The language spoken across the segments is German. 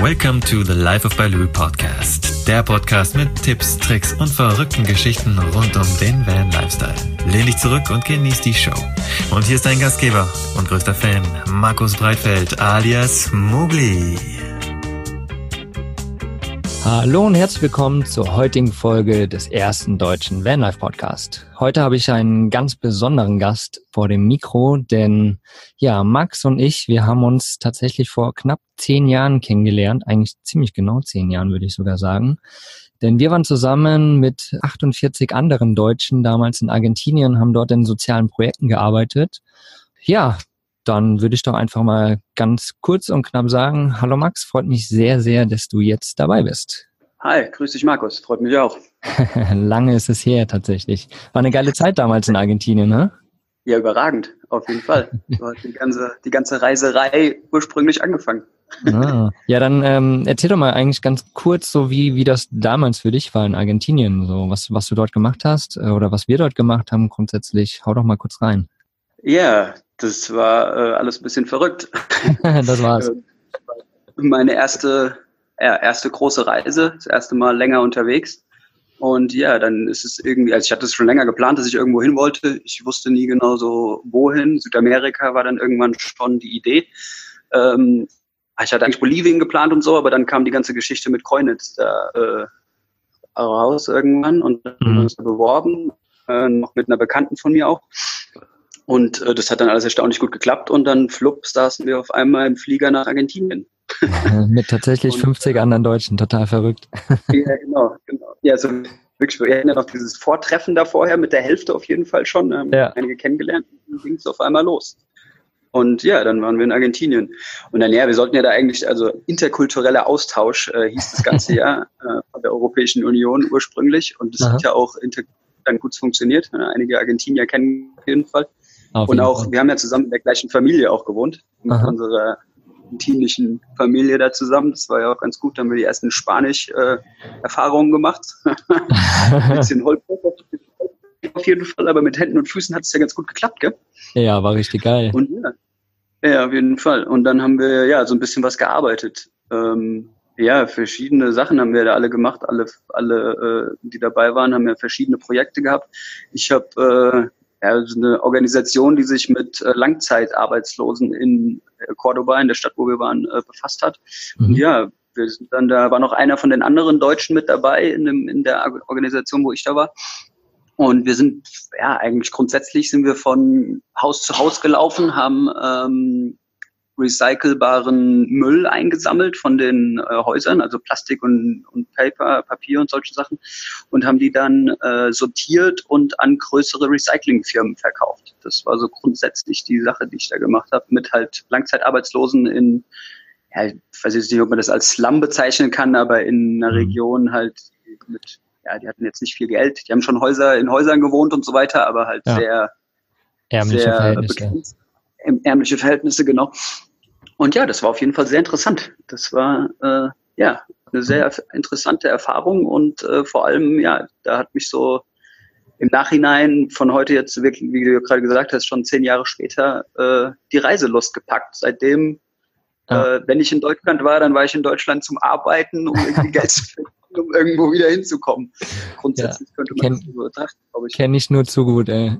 Welcome to the Life of Baloo Podcast. Der Podcast mit Tipps, Tricks und verrückten Geschichten rund um den Van-Lifestyle. Lehn dich zurück und genieß die Show. Und hier ist dein Gastgeber und größter Fan, Markus Breitfeld alias Mowgli. Hallo und herzlich willkommen zur heutigen Folge des ersten deutschen Vanlife Podcast. Heute habe ich einen ganz besonderen Gast vor dem Mikro, denn ja, Max und ich, wir haben uns tatsächlich vor knapp 10 Jahren kennengelernt, eigentlich ziemlich genau 10 Jahren würde ich sogar sagen. Denn wir waren zusammen mit 48 anderen Deutschen damals in Argentinien, haben dort in sozialen Projekten gearbeitet. Ja, dann würde ich doch einfach mal ganz kurz und knapp sagen, hallo Max, freut mich sehr, sehr, dass du jetzt dabei bist. Hi, grüß dich Markus, freut mich auch. Lange ist es her tatsächlich. War eine geile Zeit damals in Argentinien, ne? Ja, überragend, auf jeden Fall. Du hast die ganze Reiserei ursprünglich angefangen. Ja, dann erzähl doch mal eigentlich ganz kurz, so wie das damals für dich war in Argentinien, so was du dort gemacht hast oder was wir dort gemacht haben grundsätzlich. Hau doch mal kurz rein. Ja, das war alles ein bisschen verrückt. Das war's. Meine erste große Reise, das erste Mal länger unterwegs. Und ja, dann ist es irgendwie, also ich hatte es schon länger geplant, dass ich irgendwo hin wollte. Ich wusste nie genau so wohin. Südamerika war dann irgendwann schon die Idee. Ich hatte eigentlich Bolivien geplant und so, aber dann kam die ganze Geschichte mit Kreunitz da raus irgendwann und dann haben wir uns beworben, noch mit einer Bekannten von mir auch. Und das hat dann alles erstaunlich gut geklappt und dann flupp saßen wir auf einmal im Flieger nach Argentinien. Mit tatsächlich 50 anderen Deutschen, total verrückt. Ja, genau. Ja, also wirklich, wir hatten ja noch dieses Vortreffen da vorher mit der Hälfte auf jeden Fall schon, einige kennengelernt und dann ging es auf einmal los. Und ja, dann waren wir in Argentinien. Und dann, ja, wir sollten ja da eigentlich, also interkultureller Austausch hieß das ganze Jahr von der Europäischen Union ursprünglich und das hat ja auch dann gut funktioniert. Einige Argentinier kennen auf jeden Fall. Und auch, wir haben ja zusammen in der gleichen Familie auch gewohnt, mit unserer argentinischen Familie da zusammen. Das war ja auch ganz gut. Da haben wir die ersten Spanisch-Erfahrungen gemacht. Ein bisschen Holprig auf jeden Fall, aber mit Händen und Füßen hat es ja ganz gut geklappt, gell? Ja, war richtig geil. Und ja, auf jeden Fall. Und dann haben wir ja so ein bisschen was gearbeitet. Verschiedene Sachen haben wir da alle gemacht. Alle, die dabei waren, haben ja verschiedene Projekte gehabt. Ich habe so eine Organisation, die sich mit Langzeitarbeitslosen in Cordoba, in der Stadt, wo wir waren, befasst hat. Und ja, wir sind dann, da war noch einer von den anderen Deutschen mit dabei in der Organisation, wo ich da war. Und wir sind, eigentlich grundsätzlich sind wir von Haus zu Haus gelaufen, haben recycelbaren Müll eingesammelt von den Häusern, also Plastik und Papier und solche Sachen und haben die dann sortiert und an größere Recyclingfirmen verkauft. Das war so grundsätzlich die Sache, die ich da gemacht habe, mit halt Langzeitarbeitslosen in, ich weiß jetzt nicht, ob man das als Slum bezeichnen kann, aber in einer Region halt mit, die hatten jetzt nicht viel Geld, die haben schon in Häusern gewohnt und so weiter, aber halt sehr ärmliche Verhältnisse, genau. Und ja, das war auf jeden Fall sehr interessant. Das war eine sehr interessante Erfahrung und vor allem, da hat mich so im Nachhinein von heute jetzt wirklich, wie du gerade gesagt hast, schon 10 Jahre später die Reiselust gepackt. Seitdem, wenn ich in Deutschland war, dann war ich in Deutschland zum Arbeiten, um irgendwie Geld zu finden, um irgendwo wieder hinzukommen. Grundsätzlich könnte man das so betrachten, glaube ich. Kenn ich nur zu gut, ey.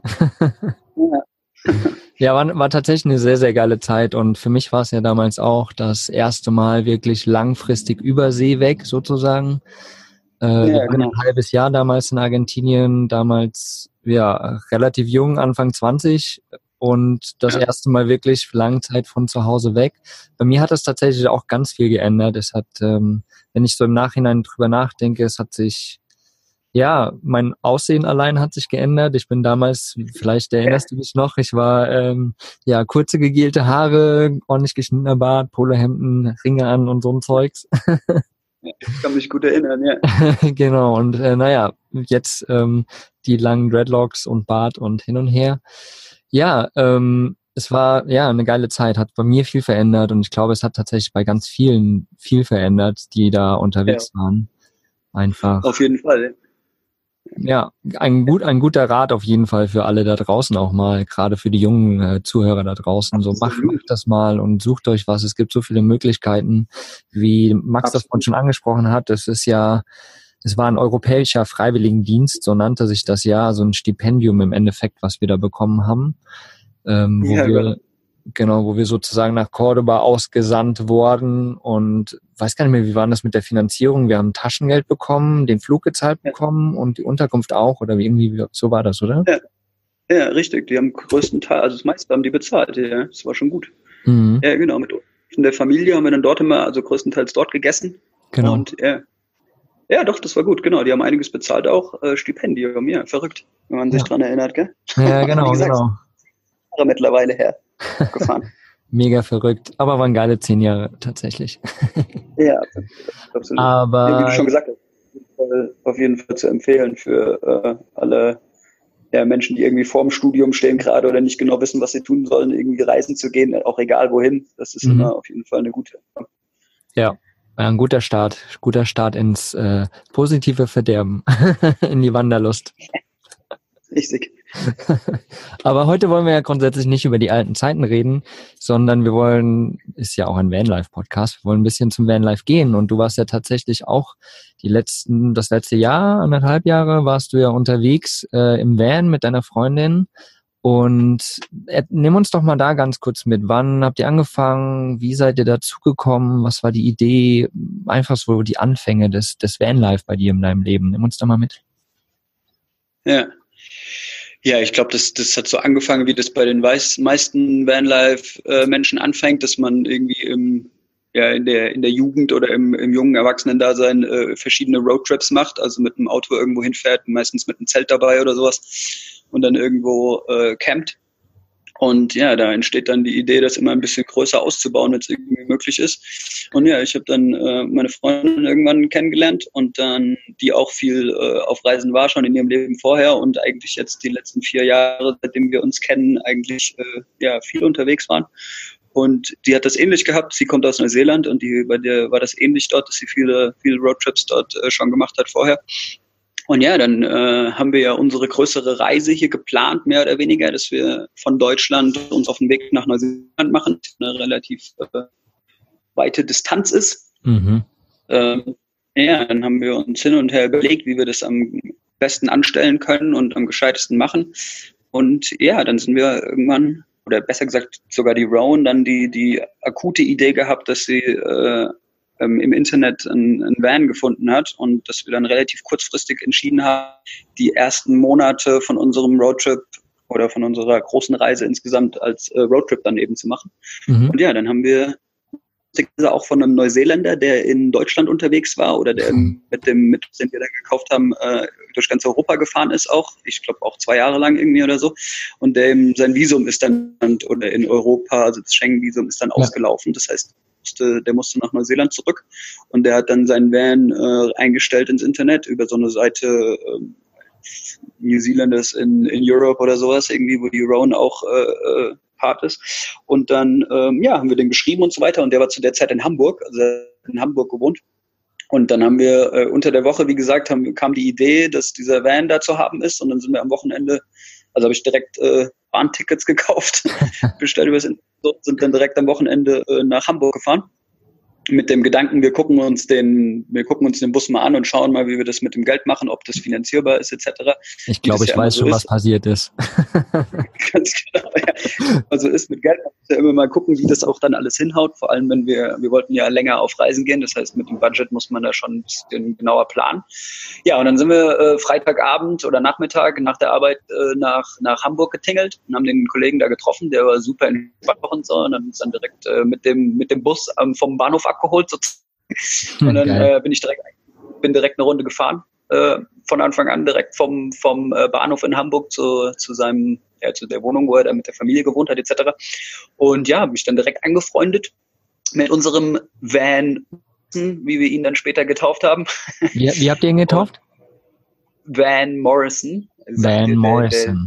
Ja, war tatsächlich eine sehr, sehr geile Zeit und für mich war es ja damals auch das erste Mal wirklich langfristig über See weg sozusagen. Wir waren ein halbes Jahr damals in Argentinien, damals relativ jung, Anfang 20 und das erste Mal wirklich lange Zeit von zu Hause weg. Bei mir hat das tatsächlich auch ganz viel geändert. Es hat, wenn ich so im Nachhinein drüber nachdenke, es hat sich mein Aussehen allein hat sich geändert. Ich bin damals, vielleicht erinnerst du dich noch, ich war kurze gegelte Haare, ordentlich geschnittener Bart, Polohemden, Ringe an und so ein Zeugs. Ich kann mich gut erinnern, ja. Genau, und jetzt die langen Dreadlocks und Bart und hin und her. Ja, es war eine geile Zeit, hat bei mir viel verändert und ich glaube, es hat tatsächlich bei ganz vielen viel verändert, die da unterwegs waren. Einfach. Auf jeden Fall. Ja, ein guter Rat auf jeden Fall für alle da draußen auch mal, gerade für die jungen Zuhörer da draußen. So macht das mal und sucht euch was. Es gibt so viele Möglichkeiten, wie Max das vorhin schon angesprochen hat. Es war ein europäischer Freiwilligendienst, so nannte sich das ja, so ein Stipendium im Endeffekt, was wir da bekommen haben, wo wir sozusagen nach Cordoba ausgesandt wurden und weiß gar nicht mehr, wie war das mit der Finanzierung? Wir haben Taschengeld bekommen, den Flug gezahlt bekommen und die Unterkunft auch oder irgendwie so war das, oder? Ja, richtig. Die haben größten Teil, also das meiste haben die bezahlt. Ja, das war schon gut. Mhm. Ja, genau. Mit der Familie haben wir dann dort immer, also größtenteils dort gegessen. Genau. Und ja, doch, das war gut. Genau. Die haben einiges bezahlt auch. Stipendium, ja, verrückt, wenn man sich dran erinnert, gell? Ja, genau, Wie gesagt, genau. Jahre mittlerweile her gefahren. Mega verrückt, aber waren geile 10 Jahre tatsächlich. Ja, absolut. Aber ja, wie du schon gesagt hast, auf jeden Fall zu empfehlen für alle Menschen, die irgendwie vorm Studium stehen gerade oder nicht genau wissen, was sie tun sollen, irgendwie reisen zu gehen, auch egal wohin. Das ist immer auf jeden Fall eine gute. Ja, ein guter Start ins positive Verderben, in die Wanderlust. Richtig. Aber heute wollen wir ja grundsätzlich nicht über die alten Zeiten reden, sondern wir wollen, ist ja auch ein Vanlife-Podcast, wir wollen ein bisschen zum Vanlife gehen und du warst ja tatsächlich auch das letzte Jahr, 1,5 Jahre warst du ja unterwegs im Van mit deiner Freundin und nimm uns doch mal da ganz kurz mit. Wann habt ihr angefangen? Wie seid ihr dazugekommen? Was war die Idee? Einfach so die Anfänge des Vanlife bei dir in deinem Leben. Nimm uns da mal mit. Ja, ich glaube, das hat so angefangen, wie das bei den meisten Vanlife-Menschen anfängt, dass man irgendwie in der Jugend oder im jungen Erwachsenen-Dasein verschiedene Roadtrips macht, also mit einem Auto irgendwo hinfährt, meistens mit einem Zelt dabei oder sowas und dann irgendwo campt. Und ja, da entsteht dann die Idee, das immer ein bisschen größer auszubauen, wenn es irgendwie möglich ist. Und ja, ich habe dann meine Freundin irgendwann kennengelernt und dann die auch viel auf Reisen war, schon in ihrem Leben vorher und eigentlich jetzt die letzten 4 Jahre, seitdem wir uns kennen, eigentlich viel unterwegs waren. Und die hat das ähnlich gehabt. Sie kommt aus Neuseeland und bei der war das ähnlich dort, dass sie viele Roadtrips dort schon gemacht hat vorher. Und ja, dann haben wir ja unsere größere Reise hier geplant, mehr oder weniger, dass wir von Deutschland uns auf den Weg nach Neuseeland machen, eine relativ weite Distanz ist. Mhm. Dann haben wir uns hin und her überlegt, wie wir das am besten anstellen können und am gescheitesten machen. Und ja, dann sind wir irgendwann, oder besser gesagt sogar die Rowan, dann die akute Idee gehabt, dass sie im Internet einen Van gefunden hat und dass wir dann relativ kurzfristig entschieden haben, die ersten Monate von unserem Roadtrip oder von unserer großen Reise insgesamt als Roadtrip dann eben zu machen. Mhm. Und ja, dann haben wir auch von einem Neuseeländer, der in Deutschland unterwegs war oder der mit dem wir dann gekauft haben, durch ganz Europa gefahren ist auch. Ich glaube auch 2 Jahre lang irgendwie oder so. Und sein Visum ist dann, oder in Europa, also das Schengen-Visum ist dann ausgelaufen. Das heißt, der musste nach Neuseeland zurück und der hat dann seinen Van eingestellt ins Internet über so eine Seite New Zealanders in Europe oder sowas, irgendwie, wo die Rowan auch Part ist. Und dann haben wir den geschrieben und so weiter und der war zu der Zeit in Hamburg, also in Hamburg gewohnt. Und dann haben wir unter der Woche, wie gesagt, kam die Idee, dass dieser Van da zu haben ist und dann sind wir am Wochenende, also habe ich direkt Bahntickets gekauft, bestellt über das Internet, sind dann direkt am Wochenende nach Hamburg gefahren. Mit dem Gedanken, wir gucken uns den Bus mal an und schauen mal, wie wir das mit dem Geld machen, ob das finanzierbar ist, etc. Ich glaube, ich weiß schon, was passiert ist. Ganz genau, ja. Also ist mit Geld, man muss ja immer mal gucken, wie das auch dann alles hinhaut, vor allem wenn wir wollten ja länger auf Reisen gehen, das heißt, mit dem Budget muss man da schon ein bisschen genauer planen. Ja, und dann sind wir Freitagabend oder Nachmittag nach der Arbeit nach Hamburg getingelt und haben den Kollegen da getroffen, der war super entspannt und so, und dann uns dann direkt mit dem Bus vom Bahnhof abgeholt sozusagen. Und dann bin ich direkt eine Runde gefahren, von Anfang an direkt vom Bahnhof in Hamburg zu der Wohnung, wo er da mit der Familie gewohnt hat, etc. Und ja, habe mich dann direkt angefreundet mit unserem Van, wie wir ihn dann später getauft haben. Wie habt ihr ihn getauft? Van Morrison. Van Morrison.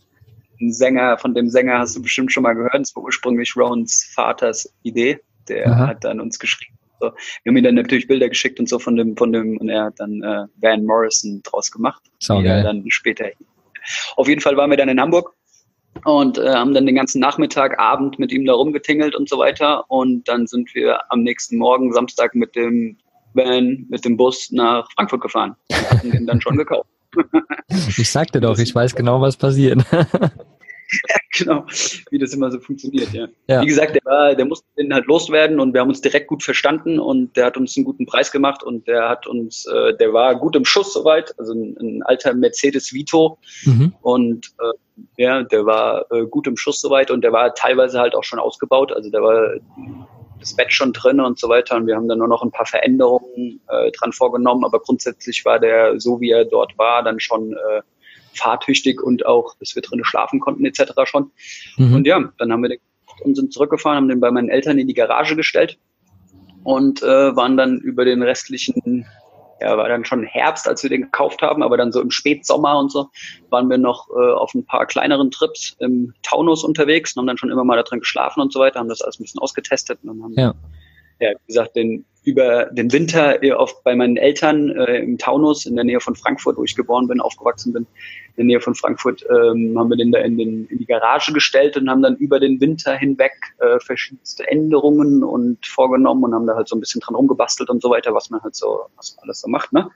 Von dem Sänger hast du bestimmt schon mal gehört. Das war ursprünglich Rowans Vaters Idee. Der hat dann uns geschrieben So. Wir haben ihm dann natürlich Bilder geschickt und so von dem, und er hat dann Van Morrison draus gemacht. So geil. Dann später. Auf jeden Fall waren wir dann in Hamburg und haben dann den ganzen Nachmittag, Abend mit ihm da rumgetingelt und so weiter. Und dann sind wir am nächsten Morgen, Samstag, mit dem Van, mit dem Bus nach Frankfurt gefahren. Wir hatten den dann schon gekauft. Ich sagte doch, ich weiß genau, was passiert. Ja, genau, wie das immer so funktioniert, ja. Ja. Wie gesagt, der musste den halt loswerden und wir haben uns direkt gut verstanden und der hat uns einen guten Preis gemacht und der war gut im Schuss soweit, also ein alter Mercedes Vito und der war gut im Schuss soweit und der war teilweise halt auch schon ausgebaut, also der war das Bett schon drin und so weiter und wir haben dann nur noch ein paar Veränderungen dran vorgenommen, aber grundsätzlich war der, so wie er dort war, dann schon fahrtüchtig und auch, dass wir drinnen schlafen konnten etc. schon. Und ja, dann haben wir den und sind zurückgefahren, haben den bei meinen Eltern in die Garage gestellt und waren dann über den restlichen, war dann schon Herbst, als wir den gekauft haben, aber dann so im Spätsommer und so, waren wir noch auf ein paar kleineren Trips im Taunus unterwegs und haben dann schon immer mal da drin geschlafen und so weiter, haben das alles ein bisschen ausgetestet und dann haben wie gesagt, über den Winter bei meinen Eltern im Taunus in der Nähe von Frankfurt, wo ich geboren bin, aufgewachsen bin, in der Nähe von Frankfurt, haben wir den da in die Garage gestellt und haben dann über den Winter hinweg verschiedenste Änderungen und vorgenommen und haben da halt so ein bisschen dran rumgebastelt und so weiter, was man alles so macht, ne?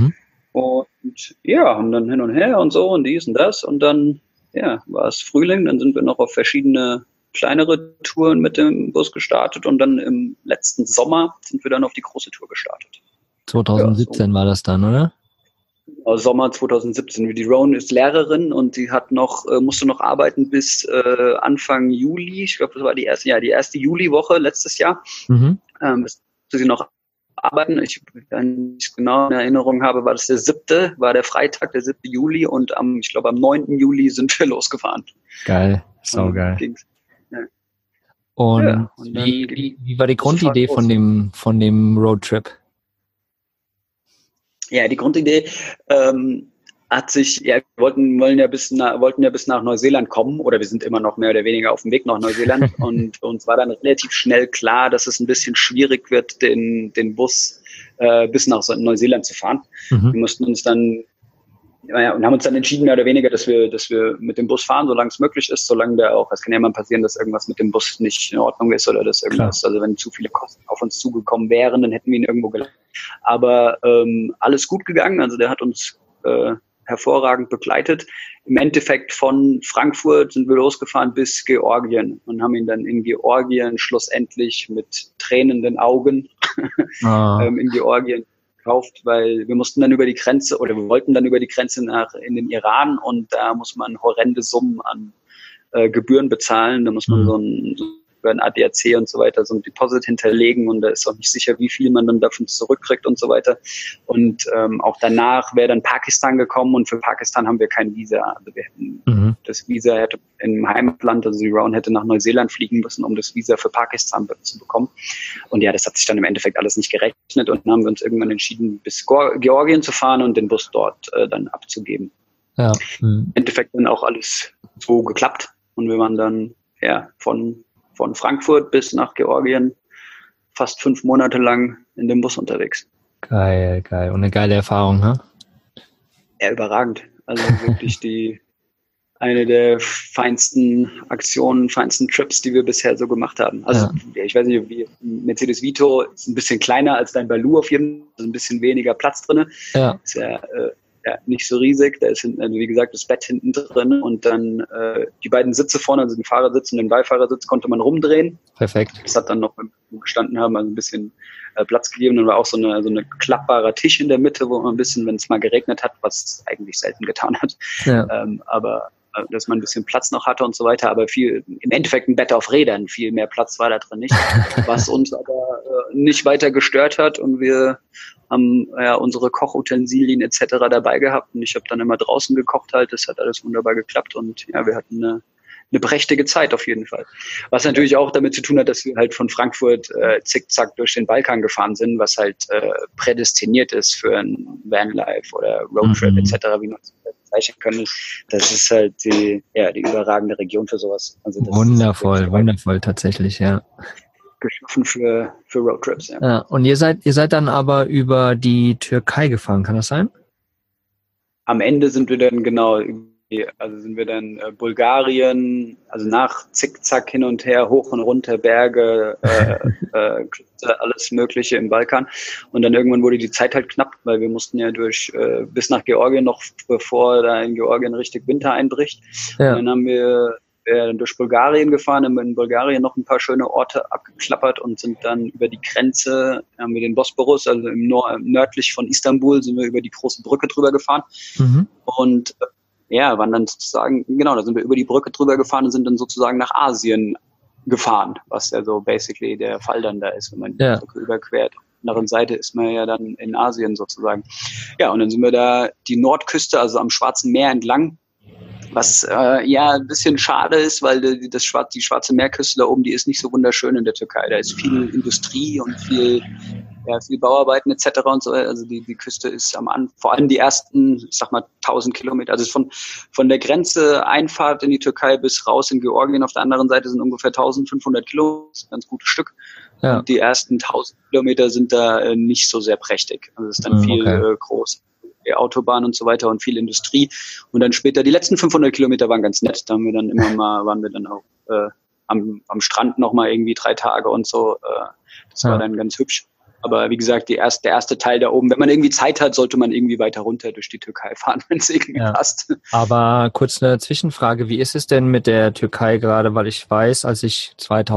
Und ja, haben dann hin und her und so und dies und das und dann, war es Frühling, dann sind wir noch auf verschiedene kleinere Touren mit dem Bus gestartet und dann im letzten Sommer sind wir dann auf die große Tour gestartet. 2017 war das dann, oder? Sommer 2017. Die Roan ist Lehrerin und die musste noch arbeiten bis Anfang Juli. Ich glaube, das war die erste Juliwoche letztes Jahr. Bis sie noch arbeiten. Wenn ich es genau in Erinnerung habe, war das war der Freitag, der 7. Juli und am 9. Juli sind wir losgefahren. Geil, saugeil. Und wie war die Grundidee von dem Roadtrip? Ja, die Grundidee hat sich, wir wollten ja bis nach Neuseeland kommen oder wir sind immer noch mehr oder weniger auf dem Weg nach Neuseeland und uns war dann relativ schnell klar, dass es ein bisschen schwierig wird, den Bus bis nach Neuseeland zu fahren. Wir mussten uns dann und haben uns dann entschieden, mehr oder weniger, dass wir mit dem Bus fahren, solange es möglich ist, solange es kann ja mal passieren, dass irgendwas mit dem Bus nicht in Ordnung ist oder dass irgendwas, also wenn zu viele Kosten auf uns zugekommen wären, dann hätten wir ihn irgendwo gelassen. Aber alles gut gegangen, also der hat uns hervorragend begleitet. Im Endeffekt von Frankfurt sind wir losgefahren bis Georgien und haben ihn dann in Georgien schlussendlich mit tränenden Augen in Georgien gekauft, weil wir wollten dann über die Grenze in den Iran und da muss man horrende Summen an Gebühren bezahlen. Da muss man über ein ADAC und so weiter so ein Deposit hinterlegen und da ist auch nicht sicher, wie viel man dann davon zurückkriegt und so weiter. Und auch danach wäre dann Pakistan gekommen und für Pakistan haben wir kein Visa. Also wir hätten das Visa hätte im Heimatland, also die Roan hätte nach Neuseeland fliegen müssen, um das Visa für Pakistan zu bekommen. Und ja, das hat sich dann im Endeffekt alles nicht gerechnet und dann haben wir uns irgendwann entschieden, bis Georgien zu fahren und den Bus dort dann abzugeben. Ja. Im Endeffekt dann auch alles so geklappt und wir waren dann von Frankfurt bis nach Georgien fast 5 Monate lang in dem Bus unterwegs. Geil. Und eine geile Erfahrung, ne? Ja, überragend. Also wirklich eine der feinsten Aktionen, feinsten Trips, die wir bisher so gemacht haben. Also ich weiß nicht, wie Mercedes Vito ist ein bisschen kleiner als dein Baloo auf jeden Fall, also ein bisschen weniger Platz drin. Ja. Ist nicht so riesig, da ist hinten, also wie gesagt, das Bett hinten drin und dann die beiden Sitze vorne, also den Fahrersitz und den Beifahrersitz konnte man rumdrehen. Perfekt. Das hat dann noch, wenn wir gestanden haben, also ein bisschen Platz gegeben. Dann war auch so eine klappbarer Tisch in der Mitte, wo man ein bisschen, wenn es mal geregnet hat, was eigentlich selten getan hat, aber dass man ein bisschen Platz noch hatte und so weiter, aber im Endeffekt ein Bett auf Rädern, viel mehr Platz war da drin nicht, was uns aber nicht weiter gestört hat und wir haben unsere Kochutensilien etc. dabei gehabt und ich habe dann immer draußen gekocht halt, das hat alles wunderbar geklappt und wir hatten eine prächtige Zeit auf jeden Fall. Was natürlich auch damit zu tun hat, dass wir halt von Frankfurt zickzack durch den Balkan gefahren sind, was halt prädestiniert ist für ein Vanlife oder Roadtrip etc., wie man es bezeichnen kann. Das ist halt die überragende Region für sowas. Also das wundervoll tatsächlich, ja. geschaffen für Roadtrips. Ja. Ja, und ihr seid dann aber über die Türkei gefahren, kann das sein? Am Ende sind wir dann Bulgarien, also nach Zickzack hin und her, hoch und runter, Berge, alles Mögliche im Balkan. Und dann irgendwann wurde die Zeit halt knapp, weil wir mussten ja bis nach Georgien noch, bevor da in Georgien richtig Winter einbricht. Ja. Und dann haben wir durch Bulgarien gefahren, haben in Bulgarien noch ein paar schöne Orte abgeklappert und sind dann über die Grenze, haben wir den Bosporus, also nördlich von Istanbul, sind wir über die große Brücke drüber gefahren. Und waren dann sozusagen, da sind wir über die Brücke drüber gefahren und sind dann sozusagen nach Asien gefahren, was ja so basically der Fall dann da ist, wenn man die Brücke überquert. Auf der anderen Seite ist man ja dann in Asien sozusagen. Ja, und dann sind wir da die Nordküste, also am Schwarzen Meer entlang, was ein bisschen schade ist, weil die Schwarze Meerküste da oben, die ist nicht so wunderschön in der Türkei. Da ist viel Industrie und viel Bauarbeiten etc. und so. Also die Küste ist vor allem die ersten, ich sag mal 1000 Kilometer, also von der Grenze Einfahrt in die Türkei bis raus in Georgien auf der anderen Seite sind ungefähr 1500 Kilometer, das ist ein ganz gutes Stück. Ja. Und die ersten 1000 Kilometer sind da nicht so sehr prächtig. Also es ist dann viel groß. Autobahn und so weiter und viel Industrie. Und dann später, die letzten 500 Kilometer waren ganz nett. Da haben wir dann waren wir dann auch am Strand nochmal irgendwie 3 Tage und so. Das war dann ganz hübsch. Aber wie gesagt, der erste Teil da oben, wenn man irgendwie Zeit hat, sollte man irgendwie weiter runter durch die Türkei fahren, wenn es irgendwie passt. Aber kurz eine Zwischenfrage, wie ist es denn mit der Türkei gerade? Weil ich weiß, als ich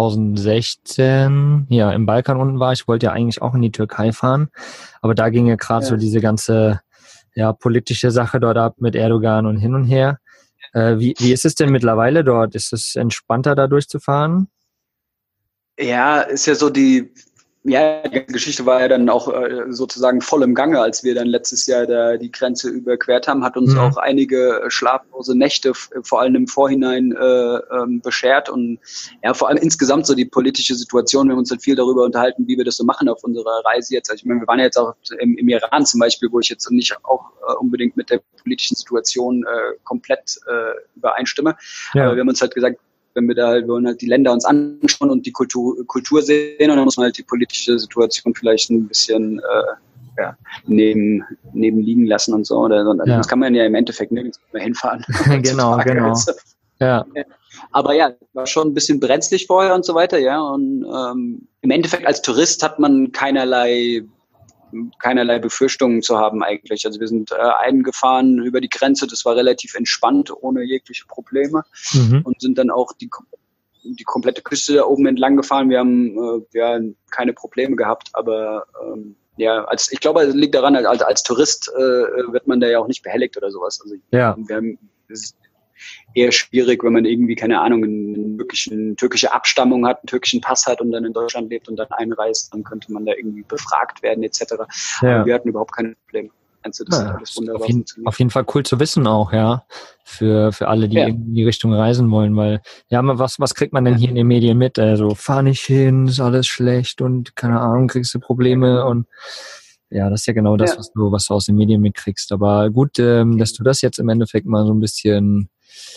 2016 im Balkan unten war, ich wollte ja eigentlich auch in die Türkei fahren, aber da ging ja gerade so diese ganze politische Sache dort ab mit Erdogan und hin und her. Wie ist es denn mittlerweile dort? Ist es entspannter, da durchzufahren? Ja, ist ja so die Geschichte war ja dann auch sozusagen voll im Gange, als wir dann letztes Jahr da die Grenze überquert haben, hat uns auch einige schlaflose Nächte vor allem im Vorhinein beschert und vor allem insgesamt so die politische Situation. Wir haben uns halt viel darüber unterhalten, wie wir das so machen auf unserer Reise jetzt. Also ich meine, wir waren ja jetzt auch im Iran zum Beispiel, wo ich jetzt nicht auch unbedingt mit der politischen Situation komplett übereinstimme. Ja. Aber wir haben uns halt gesagt, wenn wir wollen halt die Länder uns anschauen und die Kultur sehen und dann muss man halt die politische Situation vielleicht ein bisschen neben liegen lassen und so. Oder sonst kann man ja im Endeffekt nirgends mehr hinfahren. Genau. Ja. Aber war schon ein bisschen brenzlig vorher und so weiter, und im Endeffekt als Tourist hat man keinerlei Befürchtungen zu haben eigentlich. Also wir sind eingefahren über die Grenze, das war relativ entspannt, ohne jegliche Probleme und sind dann auch die komplette Küste da oben entlang gefahren. Wir haben keine Probleme gehabt, aber ich glaube, es liegt daran, als Tourist wird man da ja auch nicht behelligt oder sowas. Also es ist eher schwierig, wenn man irgendwie, keine Ahnung, eine türkische Abstammung hat, einen türkischen Pass hat und dann in Deutschland lebt und dann einreist, dann könnte man da irgendwie befragt werden etc. Aber wir hatten überhaupt keine Probleme. Also das ist alles wunderbar. Auf jeden Fall cool zu wissen auch, für alle, die in die Richtung reisen wollen, weil was kriegt man denn hier in den Medien mit? Also fahr nicht hin, ist alles schlecht und keine Ahnung, kriegst du Probleme und das ist ja genau das, was du aus den Medien mitkriegst. Aber gut, dass du das jetzt im Endeffekt mal so ein bisschen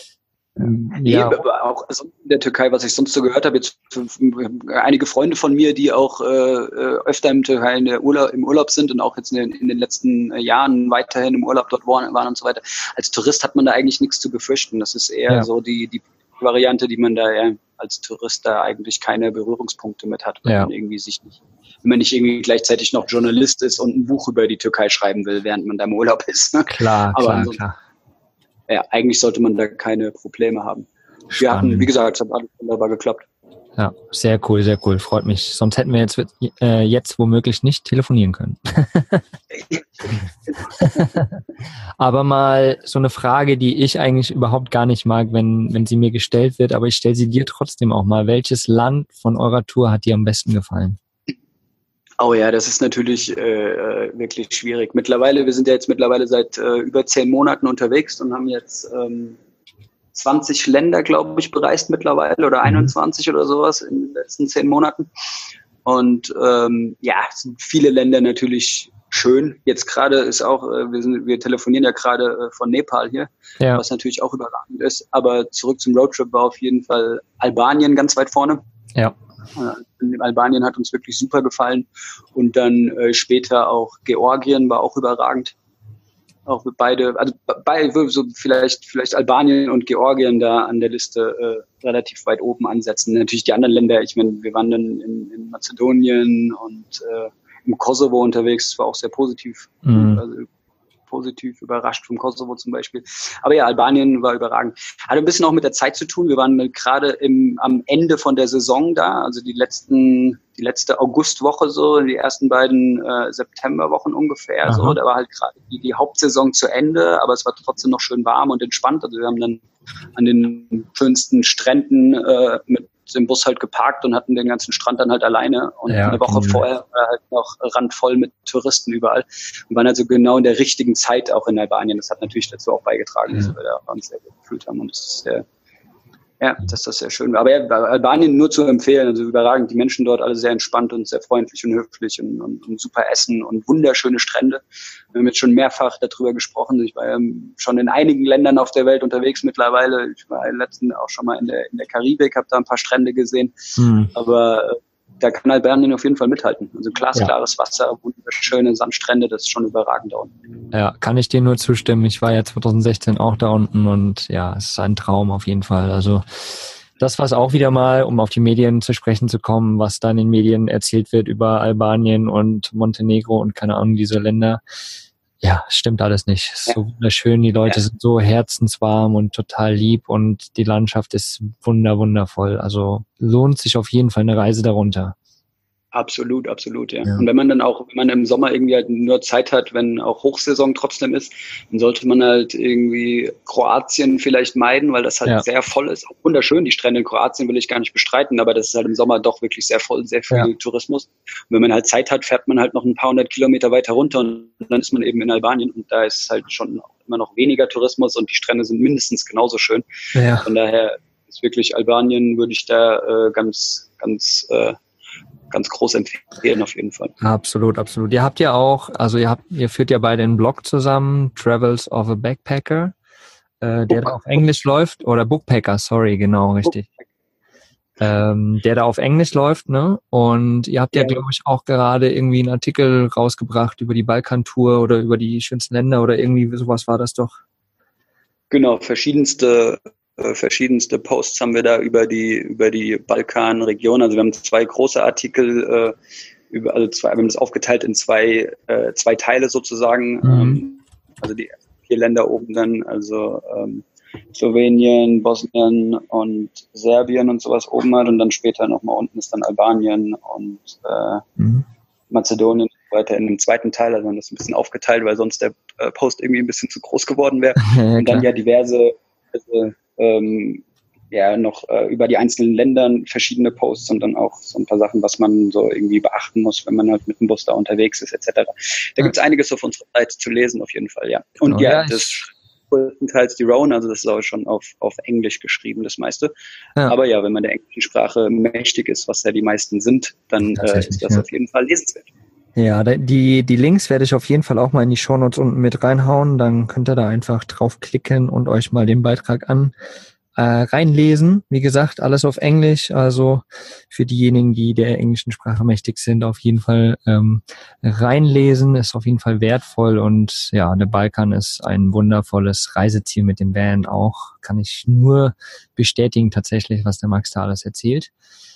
aber auch in der Türkei, was ich sonst so gehört habe, jetzt einige Freunde von mir, die auch öfter in der Türkei im Urlaub sind und auch jetzt in den letzten Jahren weiterhin im Urlaub dort waren und so weiter. Als Tourist hat man da eigentlich nichts zu befürchten. Das ist eher so die Variante, die man da als Tourist da eigentlich keine Berührungspunkte mit hat, wenn man irgendwie wenn man nicht irgendwie gleichzeitig noch Journalist ist und ein Buch über die Türkei schreiben will, während man da im Urlaub ist. Klar. Ja, eigentlich sollte man da keine Probleme haben. Wir hatten, wie gesagt, es hat alles wunderbar geklappt. Ja, sehr cool, freut mich. Sonst hätten wir jetzt womöglich nicht telefonieren können. Aber mal so eine Frage, die ich eigentlich überhaupt gar nicht mag, wenn sie mir gestellt wird, aber ich stelle sie dir trotzdem auch mal. Welches Land von eurer Tour hat dir am besten gefallen? Oh ja, das ist natürlich wirklich schwierig. Wir sind ja jetzt seit über 10 Monaten unterwegs und haben jetzt 20 Länder, glaube ich, bereist mittlerweile oder 21 oder sowas in den letzten 10 Monaten. Und es sind viele Länder natürlich schön. Jetzt gerade ist auch, wir telefonieren ja gerade von Nepal hier, was natürlich auch überragend ist. Aber zurück zum Roadtrip war auf jeden Fall Albanien ganz weit vorne. Ja. Albanien hat uns wirklich super gefallen. Und dann später auch Georgien war auch überragend. Auch beide, also so vielleicht Albanien und Georgien da an der Liste relativ weit oben ansetzen. Natürlich die anderen Länder, ich meine, wir waren dann in Mazedonien und im Kosovo unterwegs, das war auch sehr positiv. Also positiv überrascht vom Kosovo zum Beispiel. Aber ja, Albanien war überragend. Hatte ein bisschen auch mit der Zeit zu tun. Wir waren gerade am Ende von der Saison da, also die letzte Augustwoche so, die ersten beiden Septemberwochen ungefähr. Aha. So. Da war halt gerade die Hauptsaison zu Ende, aber es war trotzdem noch schön warm und entspannt. Also wir haben dann an den schönsten Stränden mit dem Bus halt geparkt und hatten den ganzen Strand dann halt alleine. Und eine Woche vorher war halt noch randvoll mit Touristen überall. Wir waren also genau in der richtigen Zeit auch in Albanien. Das hat natürlich dazu auch beigetragen, dass wir da uns sehr gut gefühlt haben. Und das ist dass das sehr schön war. Aber ja, Albanien nur zu empfehlen, also überragend. Die Menschen dort alle sehr entspannt und sehr freundlich und höflich und super Essen und wunderschöne Strände. Wir haben jetzt schon mehrfach darüber gesprochen. Ich war ja schon in einigen Ländern auf der Welt unterwegs mittlerweile. Ich war letztens auch schon mal in der Karibik, habe da ein paar Strände gesehen. Aber da kann Albanien auf jeden Fall mithalten. Also glasklares Wasser, wunderschöne Sandstrände, das ist schon überragend da unten. Ja, kann ich dir nur zustimmen. Ich war ja 2016 auch da unten und ja, es ist ein Traum auf jeden Fall. Also das, was auch wieder mal, um auf die Medien zu sprechen zu kommen, was da in den Medien erzählt wird über Albanien und Montenegro und keine Ahnung, diese Länder, ja, stimmt alles nicht. Es ist so wunderschön, die Leute sind so herzenswarm und total lieb und die Landschaft ist wundervoll. Also lohnt sich auf jeden Fall eine Reise darunter. Absolut, ja. Und wenn man im Sommer irgendwie halt nur Zeit hat, wenn auch Hochsaison trotzdem ist, dann sollte man halt irgendwie Kroatien vielleicht meiden, weil das halt sehr voll ist. Auch wunderschön, die Strände in Kroatien will ich gar nicht bestreiten, aber das ist halt im Sommer doch wirklich sehr voll, sehr viel Tourismus. Und wenn man halt Zeit hat, fährt man halt noch ein paar hundert Kilometer weiter runter und dann ist man eben in Albanien und da ist halt schon immer noch weniger Tourismus und die Strände sind mindestens genauso schön. Ja. Von daher ist wirklich Albanien, würde ich da ganz groß empfehlen auf jeden Fall. Absolut. Ihr habt ja auch, also ihr führt ja beide einen Blog zusammen, Travels of a Backpacker, der da auf Englisch läuft, oder Bookpacker, sorry, genau, richtig. Der da auf Englisch läuft, ne? Und ihr habt ja, glaube ich, auch gerade irgendwie einen Artikel rausgebracht über die Balkantour oder über die schönsten Länder oder irgendwie sowas war das doch. Genau, verschiedenste Posts haben wir da über die Balkanregion. Also wir haben zwei große Artikel wir haben das aufgeteilt in zwei Teile sozusagen. Also die 4 Länder oben dann, also Slowenien, Bosnien und Serbien und sowas oben halt und dann später nochmal unten ist dann Albanien und Mazedonien und so weiter in dem zweiten Teil. Also wir haben das ein bisschen aufgeteilt, weil sonst der Post irgendwie ein bisschen zu groß geworden wäre. Und dann diverse noch über die einzelnen Ländern verschiedene Posts und dann auch so ein paar Sachen, was man so irgendwie beachten muss, wenn man halt mit dem Bus da unterwegs ist, etc. Da gibt's einiges auf unserer Seite zu lesen, auf jeden Fall, ja. Und das größtenteils die Rhone, also das ist auch schon auf Englisch geschrieben, das meiste. Ja. Aber ja, wenn man der englischen Sprache mächtig ist, was ja die meisten sind, dann ist das auf jeden Fall lesenswert. Ja, die Links werde ich auf jeden Fall auch mal in die Shownotes unten mit reinhauen. Dann könnt ihr da einfach draufklicken und euch mal den Beitrag reinlesen. Wie gesagt, alles auf Englisch. Also für diejenigen, die der englischen Sprache mächtig sind, auf jeden Fall reinlesen. Ist auf jeden Fall wertvoll. Und ja, der Balkan ist ein wundervolles Reiseziel mit dem Van auch. Kann ich nur bestätigen tatsächlich, was der Max da alles erzählt.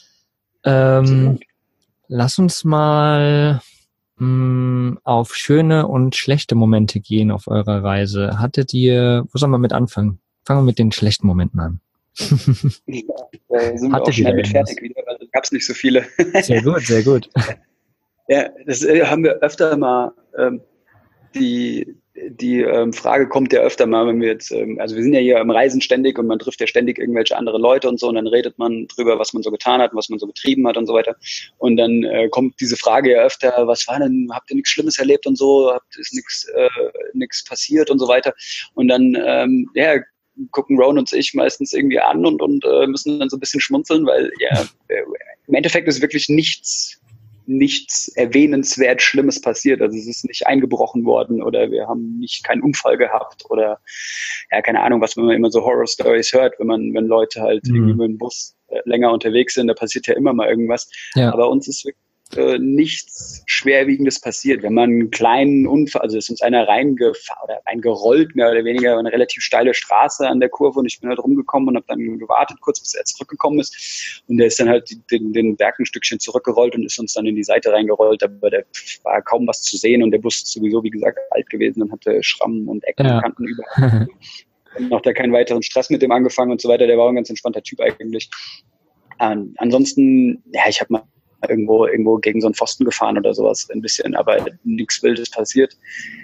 Lass uns mal auf schöne und schlechte Momente gehen auf eurer Reise. Wo soll man mit anfangen? Fangen wir mit den schlechten Momenten an. Sind wir auch schnell mit fertig wieder, weil da gab es nicht so viele. Sehr gut. Ja, das haben wir öfter mal, die Frage kommt ja öfter mal, wenn wir jetzt, also wir sind ja hier am Reisen ständig und man trifft ja ständig irgendwelche andere Leute und so und dann redet man drüber, was man so getan hat und was man so getrieben hat und so weiter. Und dann kommt diese Frage ja öfter, was war denn, habt ihr nichts Schlimmes erlebt und so, ist nichts passiert und so weiter. Und dann, gucken Ron und ich meistens irgendwie an und müssen dann so ein bisschen schmunzeln, weil im Endeffekt ist wirklich nichts erwähnenswert Schlimmes passiert. Also es ist nicht eingebrochen worden oder wir haben keinen Unfall gehabt oder keine Ahnung, was man immer so Horror-Stories hört, wenn Leute halt irgendwie mit dem Bus länger unterwegs sind, da passiert ja immer mal irgendwas. Ja. Aber uns ist wirklich nichts Schwerwiegendes passiert. Wenn man einen kleinen Unfall, also ist uns einer reingefahren oder reingerollt, mehr oder weniger, eine relativ steile Straße an der Kurve und ich bin halt rumgekommen und habe dann gewartet, kurz bis er zurückgekommen ist und der ist dann halt den Berg ein Stückchen zurückgerollt und ist uns dann in die Seite reingerollt, aber da war kaum was zu sehen und der Bus ist sowieso, wie gesagt, alt gewesen und hatte Schrammen und Ecken und Kanten überall. Und noch da keinen weiteren Stress mit dem angefangen und so weiter. Der war ein ganz entspannter Typ eigentlich. Ansonsten, ja, ich habe mal irgendwo gegen so einen Pfosten gefahren oder sowas ein bisschen, aber nichts Wildes passiert.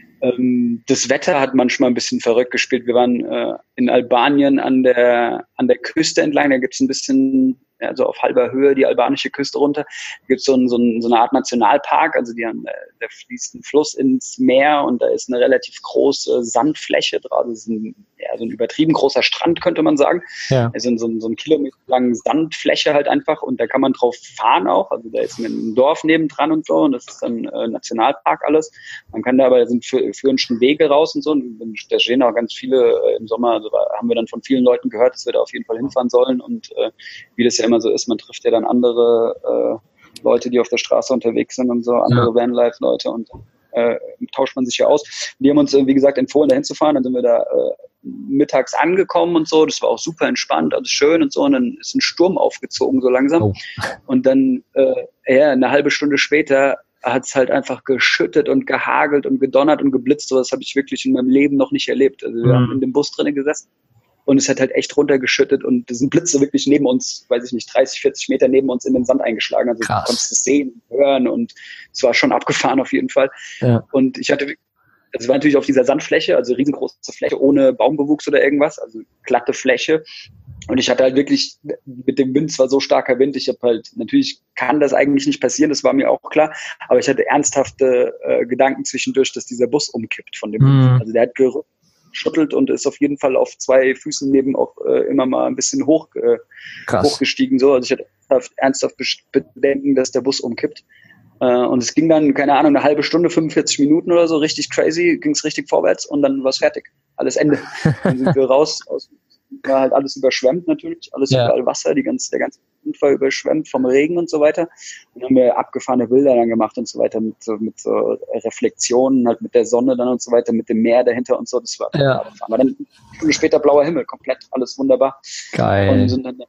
Das Wetter hat manchmal ein bisschen verrückt gespielt. Wir waren in Albanien an der Küste entlang, da gibt's ein bisschen, ja, so auf halber Höhe die albanische Küste runter, da gibt's so eine Art Nationalpark, also da fließt ein Fluss ins Meer und da ist eine relativ große Sandfläche drauf, das ist so ein übertrieben großer Strand, könnte man sagen. Ja. Also so ein Kilometer langen Sandfläche halt einfach und da kann man drauf fahren auch, also da ist ein Dorf nebendran und so und das ist dann Nationalpark alles. Man kann da aber, führen schon Wege raus und so und da stehen auch ganz viele im Sommer, also haben wir dann von vielen Leuten gehört, dass wir da auf jeden Fall hinfahren sollen und wie das ja immer so ist, man trifft ja dann andere Leute, die auf der Straße unterwegs sind und so, andere Vanlife-Leute und tauscht man sich ja aus. Die haben uns, wie gesagt, empfohlen, da hinzufahren, dann sind wir da mittags angekommen und so, das war auch super entspannt, alles schön und so und dann ist ein Sturm aufgezogen so langsam und dann eine halbe Stunde später hat es halt einfach geschüttet und gehagelt und gedonnert und geblitzt, so das habe ich wirklich in meinem Leben noch nicht erlebt. Also wir haben in dem Bus drinnen gesessen und es hat halt echt runtergeschüttet und es sind Blitze wirklich neben uns, weiß ich nicht, 30, 40 Meter neben uns in den Sand eingeschlagen. Also du konntest es sehen, hören und es war schon abgefahren auf jeden Fall. Ja. Und es war natürlich auf dieser Sandfläche, also riesengroße Fläche, ohne Baumbewuchs oder irgendwas, also glatte Fläche. Und ich hatte halt wirklich, mit dem Wind, es war so starker Wind, ich habe halt, natürlich kann das eigentlich nicht passieren, das war mir auch klar, aber ich hatte ernsthafte Gedanken zwischendurch, dass dieser Bus umkippt von dem Wind. Also der hat geschüttelt und ist auf jeden Fall auf zwei Füßen neben auch immer mal ein bisschen hochgestiegen. So. Also ich hatte ernsthaft Bedenken, dass der Bus umkippt. Und es ging dann, keine Ahnung, eine halbe Stunde, 45 Minuten oder so, richtig crazy, ging es richtig vorwärts und dann war es fertig. Alles Ende. Dann sind wir raus, war halt alles überschwemmt natürlich, alles überall Wasser, der ganze Grund war überschwemmt vom Regen und so weiter. Und dann haben wir abgefahrene Bilder dann gemacht und so weiter mit so Reflexionen, halt mit der Sonne dann und so weiter, mit dem Meer dahinter und so. Das war aber dann eine Stunde später blauer Himmel, komplett alles wunderbar. Geil. Und sind dann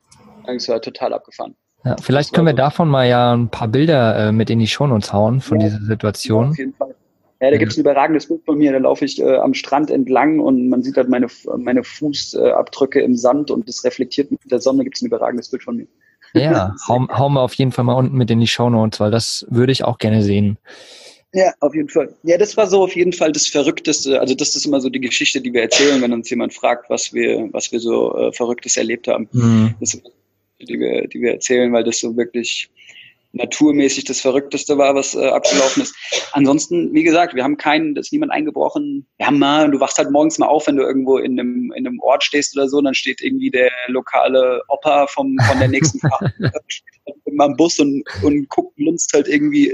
total abgefahren. Ja, vielleicht können wir davon mal ein paar Bilder mit in die Shownotes hauen von dieser Situation. Ja, auf jeden Fall. Ja, da gibt's ein überragendes Bild von mir, da laufe ich am Strand entlang und man sieht halt meine Fußabdrücke im Sand und das reflektiert mit der Sonne, gibt's ein überragendes Bild von mir. Ja, hauen wir auf jeden Fall mal unten mit in die Shownotes, weil das würde ich auch gerne sehen. Ja, auf jeden Fall. Ja, das war so auf jeden Fall das Verrückteste, also das ist immer so die Geschichte, die wir erzählen, wenn uns jemand fragt, was wir so Verrücktes erlebt haben. Das ist die wir erzählen, weil das so wirklich naturmäßig das Verrückteste war, was abgelaufen ist. Ansonsten, wie gesagt, da ist niemand eingebrochen. Du wachst halt morgens mal auf, wenn du irgendwo in einem Ort stehst oder so, dann steht irgendwie der lokale Opa von der nächsten Fahrt immer am Bus und lunzt halt irgendwie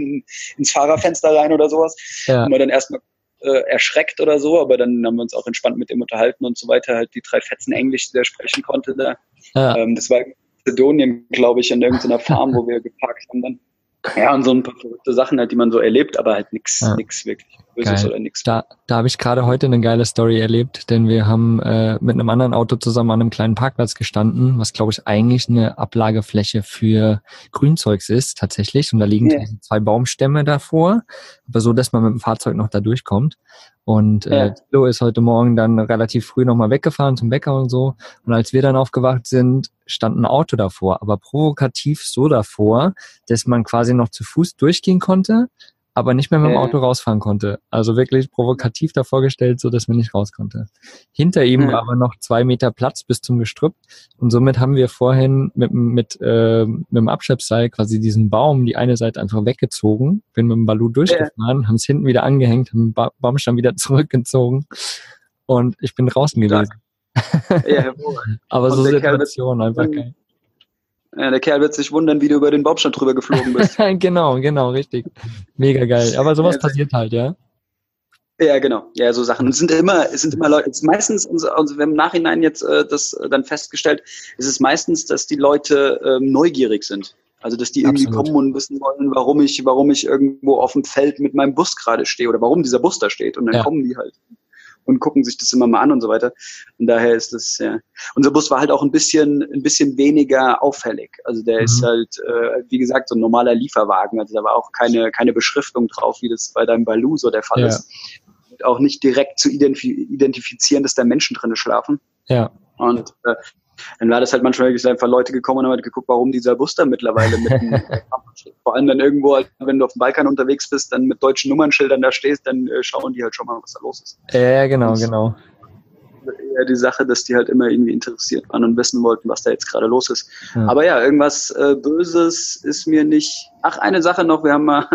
ins Fahrerfenster rein oder sowas. Ja. Und man dann erstmal erschreckt oder so, aber dann haben wir uns auch entspannt mit ihm unterhalten und so weiter, halt die 3 Fetzen Englisch, die er sprechen konnte da. Ja. Das war Mazedonien, glaube ich, an irgendeiner Farm, wo wir geparkt haben dann. Ja, und so ein paar verrückte Sachen halt, die man so erlebt, aber halt nichts wirklich Böses oder nichts. Da habe ich gerade heute eine geile Story erlebt, denn wir haben mit einem anderen Auto zusammen an einem kleinen Parkplatz gestanden, was, glaube ich, eigentlich eine Ablagefläche für Grünzeugs ist, tatsächlich. Und da liegen 2 Baumstämme davor, aber so, dass man mit dem Fahrzeug noch da durchkommt. Und Tilo ist heute Morgen dann relativ früh nochmal weggefahren zum Bäcker und so. Und als wir dann aufgewacht sind, stand ein Auto davor, aber provokativ so davor, dass man quasi noch zu Fuß durchgehen konnte, aber nicht mehr mit dem Auto rausfahren konnte. Also wirklich provokativ davor gestellt, so dass man nicht raus konnte. Hinter ihm war aber noch 2 Meter Platz bis zum Gestrüpp und somit haben wir vorhin mit dem Abschleppseil quasi diesen Baum, die eine Seite einfach weggezogen, bin mit dem Balu durchgefahren, haben es hinten wieder angehängt, haben den Baumstamm wieder zurückgezogen und ich bin draußen gewesen. Ja, hervorragend. Aber so Situation einfach geil. Ja, der Kerl wird sich wundern, wie du über den Baumstamm drüber geflogen bist. Genau, richtig. Mega geil. Aber sowas passiert halt, ja. Ja, genau. Ja, so Sachen. Es sind immer Leute, es ist meistens, wir haben im Nachhinein jetzt das dann festgestellt, es ist meistens, dass die Leute neugierig sind. Also, dass die irgendwie kommen und wissen wollen, warum ich irgendwo auf dem Feld mit meinem Bus gerade stehe oder warum dieser Bus da steht. Und dann kommen die halt und gucken sich das immer mal an und so weiter. Und daher ist das, ja. Unser Bus war halt auch ein bisschen weniger auffällig. Also der ist halt, wie gesagt, so ein normaler Lieferwagen. Also da war auch keine Beschriftung drauf, wie das bei deinem Baloo so der Fall ist. Und auch nicht direkt zu identifizieren, dass da Menschen drin schlafen. Ja. Und dann war das halt manchmal wirklich einfach Leute gekommen und haben halt geguckt, warum dieser Bus da mittlerweile mit einem vor allem dann irgendwo, wenn du auf dem Balkan unterwegs bist, dann mit deutschen Nummernschildern da stehst, dann schauen die halt schon mal, was da los ist. Ja, genau. Eher die Sache, dass die halt immer irgendwie interessiert waren und wissen wollten, was da jetzt gerade los ist. Ja. Aber ja, irgendwas Böses ist mir nicht... Ach, eine Sache noch, wir haben mal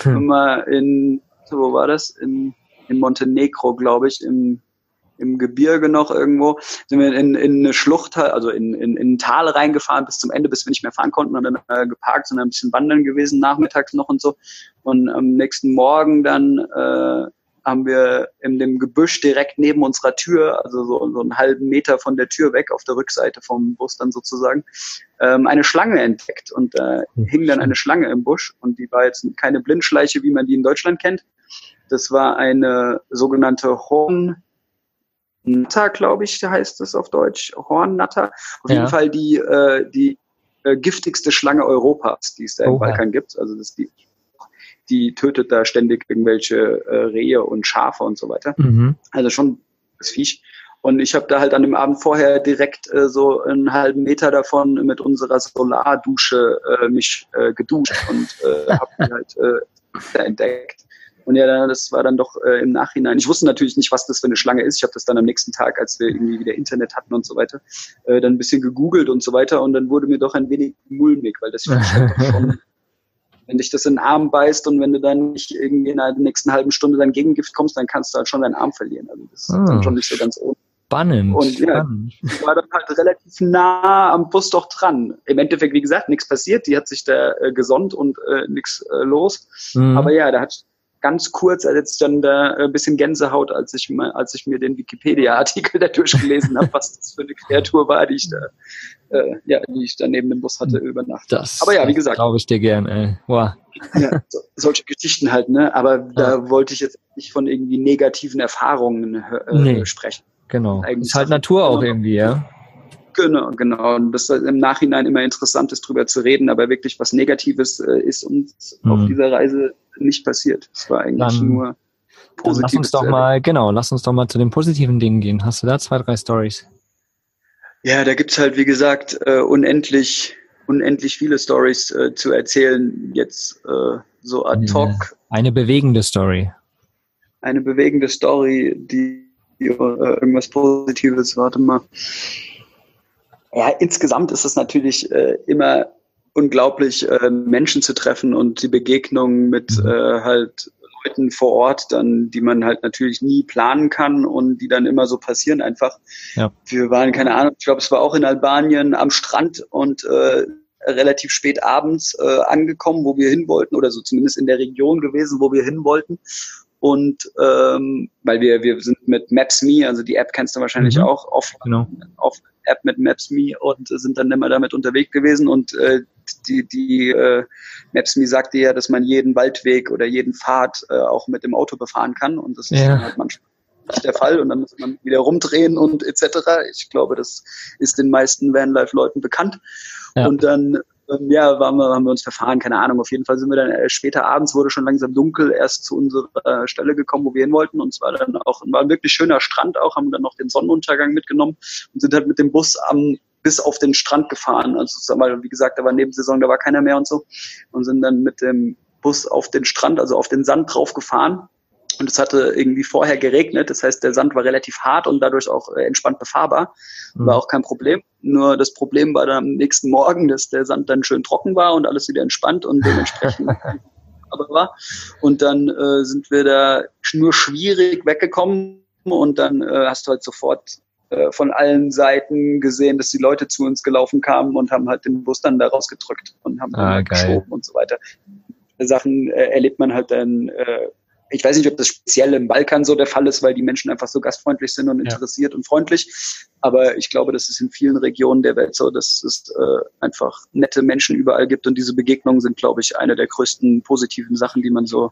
wo war das? In Montenegro, glaube ich, im Gebirge noch irgendwo, sind wir in eine Schlucht, also in ein Tal reingefahren bis zum Ende, bis wir nicht mehr fahren konnten und dann geparkt, sind ein bisschen wandern gewesen, nachmittags noch und so. Und am nächsten Morgen dann haben wir in dem Gebüsch direkt neben unserer Tür, also so einen halben Meter von der Tür weg, auf der Rückseite vom Bus dann sozusagen, eine Schlange entdeckt. Und da hing dann eine Schlange im Busch und die war jetzt keine Blindschleiche, wie man die in Deutschland kennt. Das war eine sogenannte Hornnatter, glaube ich, heißt es auf Deutsch. Hornnatter. Auf jeden Fall die giftigste Schlange Europas, die es da im Balkan gibt. Also das die tötet da ständig irgendwelche Rehe und Schafe und so weiter. Also schon das Viech. Und ich habe da halt an dem Abend vorher direkt so einen halben Meter davon mit unserer Solardusche mich geduscht und habe die halt da entdeckt. Und ja, das war dann doch im Nachhinein. Ich wusste natürlich nicht, was das für eine Schlange ist. Ich habe das dann am nächsten Tag, als wir irgendwie wieder Internet hatten und so weiter, dann ein bisschen gegoogelt und so weiter. Und dann wurde mir doch ein wenig mulmig, weil das doch schon, wenn dich das in den Arm beißt und wenn du dann nicht irgendwie in der nächsten halben Stunde dann Gegengift kommst, dann kannst du halt schon deinen Arm verlieren. Also das ist dann schon nicht so ganz ohne. Spannend. Und ja, ich war dann halt relativ nah am Bus doch dran. Im Endeffekt, wie gesagt, nichts passiert. Die hat sich da gesonnt und nichts los. Aber ja, da hat ganz kurz, als jetzt dann da ein bisschen Gänsehaut, als ich mir den Wikipedia-Artikel da durchgelesen habe, was das für eine Kreatur war, die ich da neben dem Bus hatte über Nacht. Aber ja, wie gesagt. Glaube ich dir gern, ey. Wow. Ja, solche Geschichten halt, ne? Aber da wollte ich jetzt nicht von irgendwie negativen Erfahrungen sprechen. Genau. Ist halt Natur auch irgendwie, ja. Genau. Und das ist im Nachhinein immer interessant ist, drüber zu reden, aber wirklich was Negatives ist uns auf dieser Reise nicht passiert. Es war eigentlich nur Positives. Lass uns doch mal zu den positiven Dingen gehen. Hast du da 2, 3 Storys? Ja, da gibt's halt, wie gesagt, unendlich viele Storys zu erzählen. Jetzt so ad hoc. Eine bewegende Story. Eine bewegende Story, die irgendwas Positives, warte mal. Ja, insgesamt ist es natürlich immer unglaublich, Menschen zu treffen und die Begegnung mit halt Leuten vor Ort, dann, die man halt natürlich nie planen kann und die dann immer so passieren einfach. Ja. Wir waren, keine Ahnung, ich glaube, es war auch in Albanien am Strand und relativ spät abends angekommen, wo wir hin wollten, oder so zumindest in der Region gewesen, wo wir hin wollten. Und weil wir sind mit Maps.me, also die App kennst du wahrscheinlich auch, auf App mit Maps.me und sind dann immer damit unterwegs gewesen und die Maps.me sagte ja, dass man jeden Waldweg oder jeden Pfad auch mit dem Auto befahren kann und das ist dann halt manchmal nicht der Fall und dann muss man wieder rumdrehen und etc. Ich glaube, das ist den meisten Vanlife-Leuten bekannt. Ja. Und dann haben wir uns verfahren, keine Ahnung. Auf jeden Fall sind wir dann später abends, wurde schon langsam dunkel, erst zu unserer Stelle gekommen, wo wir hin wollten. Und es war dann auch war ein wirklich schöner Strand auch, haben dann noch den Sonnenuntergang mitgenommen und sind halt mit dem Bus bis auf den Strand gefahren. Also wie gesagt, da war Nebensaison, da war keiner mehr und so. Und sind dann mit dem Bus auf den Strand, also auf den Sand drauf gefahren. Und es hatte irgendwie vorher geregnet, das heißt, der Sand war relativ hart und dadurch auch entspannt befahrbar. War auch kein Problem. Nur das Problem war dann am nächsten Morgen, dass der Sand dann schön trocken war und alles wieder entspannt und dementsprechend aber war. Und dann sind wir da nur schwierig weggekommen und dann hast du halt sofort von allen Seiten gesehen, dass die Leute zu uns gelaufen kamen und haben halt den Bus dann da rausgedrückt und haben dann geschoben und so weiter. Sachen erlebt man halt dann ich weiß nicht, ob das speziell im Balkan so der Fall ist, weil die Menschen einfach so gastfreundlich sind und interessiert und freundlich. Aber ich glaube, das ist in vielen Regionen der Welt so, dass es einfach nette Menschen überall gibt. Und diese Begegnungen sind, glaube ich, eine der größten positiven Sachen, die man so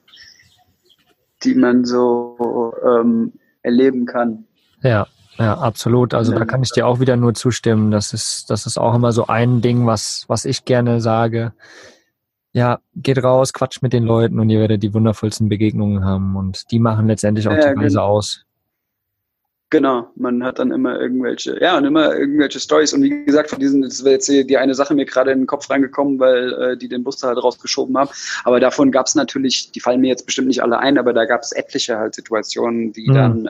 erleben kann. Ja, absolut. Also da kann ich dir auch wieder nur zustimmen. Das ist auch immer so ein Ding, was ich gerne sage. Ja, geht raus, quatscht mit den Leuten und ihr werdet die wundervollsten Begegnungen haben. Und die machen letztendlich auch die Reise aus. Genau, man hat dann immer irgendwelche Storys. Und wie gesagt, von diesen, das wäre jetzt die eine Sache mir gerade in den Kopf reingekommen, weil die den Bus halt rausgeschoben haben. Aber davon gab es natürlich, die fallen mir jetzt bestimmt nicht alle ein, aber da gab es etliche halt Situationen, die dann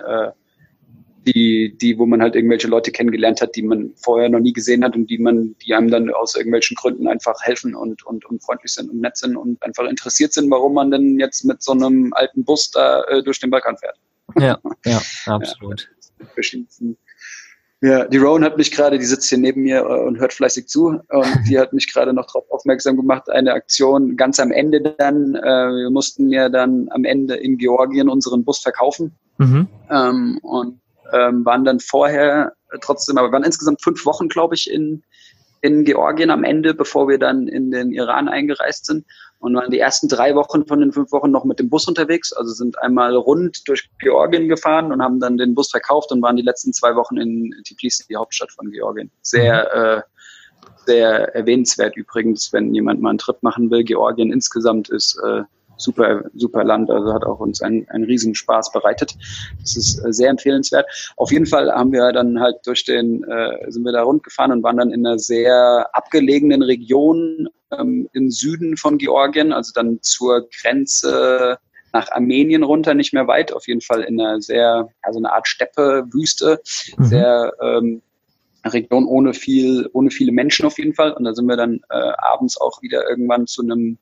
wo man halt irgendwelche Leute kennengelernt hat, die man vorher noch nie gesehen hat und die einem dann aus irgendwelchen Gründen einfach helfen und freundlich sind und nett sind und einfach interessiert sind, warum man denn jetzt mit so einem alten Bus da durch den Balkan fährt. Ja, absolut. Ja, die Rowan hat mich gerade, die sitzt hier neben mir und hört fleißig zu und die hat mich gerade noch darauf aufmerksam gemacht, eine Aktion ganz am Ende dann, wir mussten ja dann am Ende in Georgien unseren Bus verkaufen und waren dann vorher trotzdem, aber waren insgesamt 5 Wochen, glaube ich, in Georgien am Ende, bevor wir dann in den Iran eingereist sind und waren die ersten 3 Wochen von den 5 Wochen noch mit dem Bus unterwegs, also sind einmal rund durch Georgien gefahren und haben dann den Bus verkauft und waren die letzten 2 Wochen in Tbilisi, die Hauptstadt von Georgien. Sehr erwähnenswert übrigens, wenn jemand mal einen Trip machen will. Georgien insgesamt ist super, super Land, also hat auch uns einen riesen Spaß bereitet. Das ist sehr empfehlenswert. Auf jeden Fall haben wir dann halt sind wir da rund gefahren und waren dann in einer sehr abgelegenen Region im Süden von Georgien, also dann zur Grenze nach Armenien runter, nicht mehr weit, auf jeden Fall in einer eine Art Steppe, Wüste, sehr Region ohne viele Menschen auf jeden Fall. Und da sind wir dann abends auch wieder irgendwann zu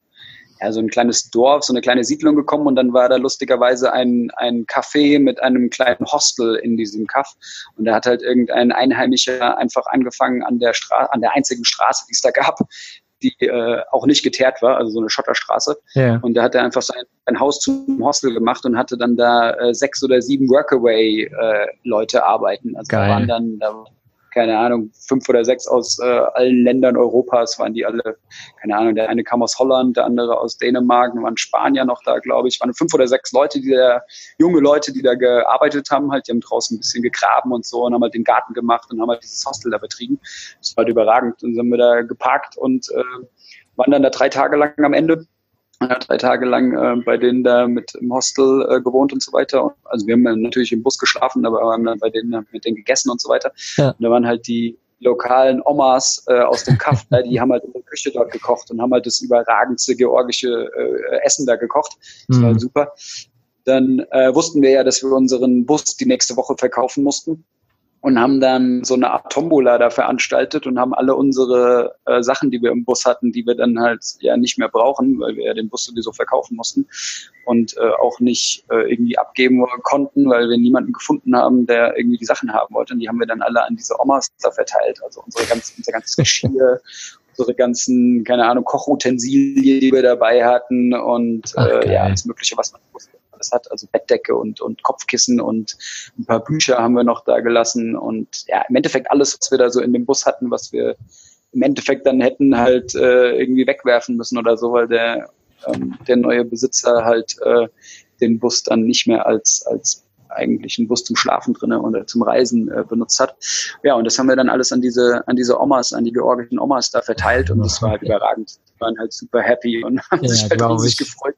so ein kleines Dorf, so eine kleine Siedlung gekommen und dann war da lustigerweise ein Café mit einem kleinen Hostel in diesem Kaff und da hat halt irgendein Einheimischer einfach angefangen an der einzigen Straße, die es da gab, die auch nicht geteert war, also so eine Schotterstraße. Yeah. Und da hat er einfach sein Haus zum Hostel gemacht und hatte dann da 6 oder 7 Workaway-Leute arbeiten. Also da waren dann keine Ahnung, 5 oder 6 aus allen Ländern Europas waren die alle, keine Ahnung, der eine kam aus Holland, der andere aus Dänemark, da waren Spanier noch da, glaube ich. Es waren 5 oder 6 Leute, junge Leute, die da gearbeitet haben, halt, die haben draußen ein bisschen gegraben und so und haben halt den Garten gemacht und haben halt dieses Hostel da betrieben. Das war halt überragend. Und dann sind wir da geparkt und waren dann da 3 Tage lang am Ende. Man hat 3 Tage lang bei denen da mit im Hostel gewohnt und so weiter. Also wir haben dann natürlich im Bus geschlafen, aber wir haben dann mit denen gegessen und so weiter. Ja. Und da waren halt die lokalen Omas aus dem Kaff, die haben halt in der Küche dort gekocht und haben halt das überragendste georgische Essen da gekocht. Das war halt super. Dann wussten wir ja, dass wir unseren Bus die nächste Woche verkaufen mussten. Und haben dann so eine Art Tombola da veranstaltet und haben alle unsere Sachen, die wir im Bus hatten, die wir dann halt ja nicht mehr brauchen, weil wir ja den Bus sowieso verkaufen mussten und auch nicht irgendwie abgeben konnten, weil wir niemanden gefunden haben, der irgendwie die Sachen haben wollte. Und die haben wir dann alle an diese Omas da verteilt. Also unser ganzes Geschirr, unsere ganzen, keine Ahnung, Kochutensilien, die wir dabei hatten und alles Mögliche, was man wusste. Das hat also Bettdecke und Kopfkissen und ein paar Bücher haben wir noch da gelassen und ja, im Endeffekt alles, was wir da so in dem Bus hatten, was wir im Endeffekt dann hätten halt irgendwie wegwerfen müssen oder so, weil der neue Besitzer halt den Bus dann nicht mehr als eigentlichen Bus zum Schlafen drinne oder zum Reisen benutzt hat. Ja, und das haben wir dann alles an diese Omas, an die georgischen Omas da verteilt und das war halt überragend. Die waren halt super happy und haben sich halt riesig gefreut.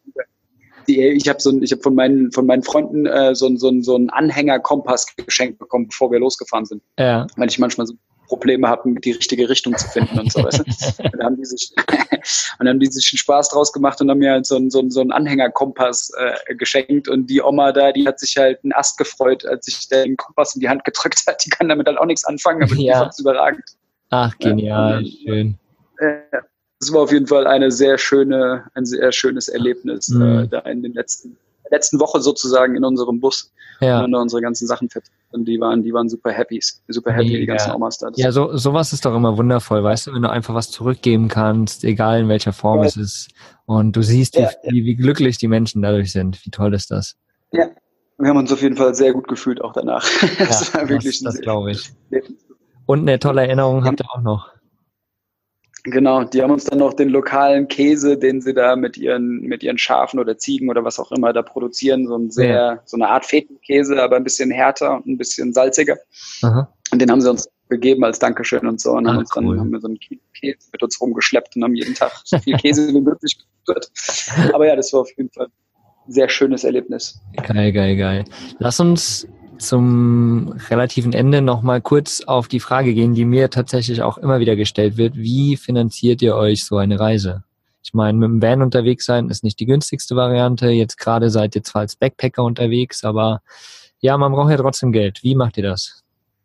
Ich habe von meinen Freunden so einen Anhängerkompass geschenkt bekommen, bevor wir losgefahren sind. Ja. Weil ich manchmal so Probleme habe, die richtige Richtung zu finden und so, weißt du? Und dann haben die sich einen Spaß draus gemacht und haben mir halt so einen Anhängerkompass geschenkt und die Oma da, die hat sich halt einen Ast gefreut, als ich den Kompass in die Hand gedrückt hat. Die kann damit halt auch nichts anfangen, aber die fand es überragend. Ach, genial, schön. Das war auf jeden Fall ein sehr schönes Erlebnis da in den letzten letzten Woche sozusagen in unserem Bus. Ja. Und dann unsere ganzen Sachen fit. Und die waren super happy, die ganzen Omas da. Ja, sowas ist doch immer wundervoll, weißt du, wenn du einfach was zurückgeben kannst, egal in welcher Form es ist. Und du siehst, wie glücklich die Menschen dadurch sind. Wie toll ist das? Ja, wir haben uns auf jeden Fall sehr gut gefühlt auch danach. Das war wirklich das glaube ich. Und eine tolle Erinnerung habt ihr auch noch. Genau, die haben uns dann noch den lokalen Käse, den sie da mit ihren Schafen oder Ziegen oder was auch immer da produzieren, so eine Art Fetenkäse, aber ein bisschen härter und ein bisschen salziger. Aha. Und den haben sie uns gegeben als Dankeschön und so. Und haben wir so einen Käse mit uns rumgeschleppt und haben jeden Tag so viel Käse wie möglich geführt. Aber ja, das war auf jeden Fall ein sehr schönes Erlebnis. Geil. Lass uns zum relativen Ende noch mal kurz auf die Frage gehen, die mir tatsächlich auch immer wieder gestellt wird. Wie finanziert ihr euch so eine Reise? Ich meine, mit dem Van unterwegs sein ist nicht die günstigste Variante. Jetzt gerade seid ihr zwar als Backpacker unterwegs, aber ja, man braucht ja trotzdem Geld. Wie macht ihr das?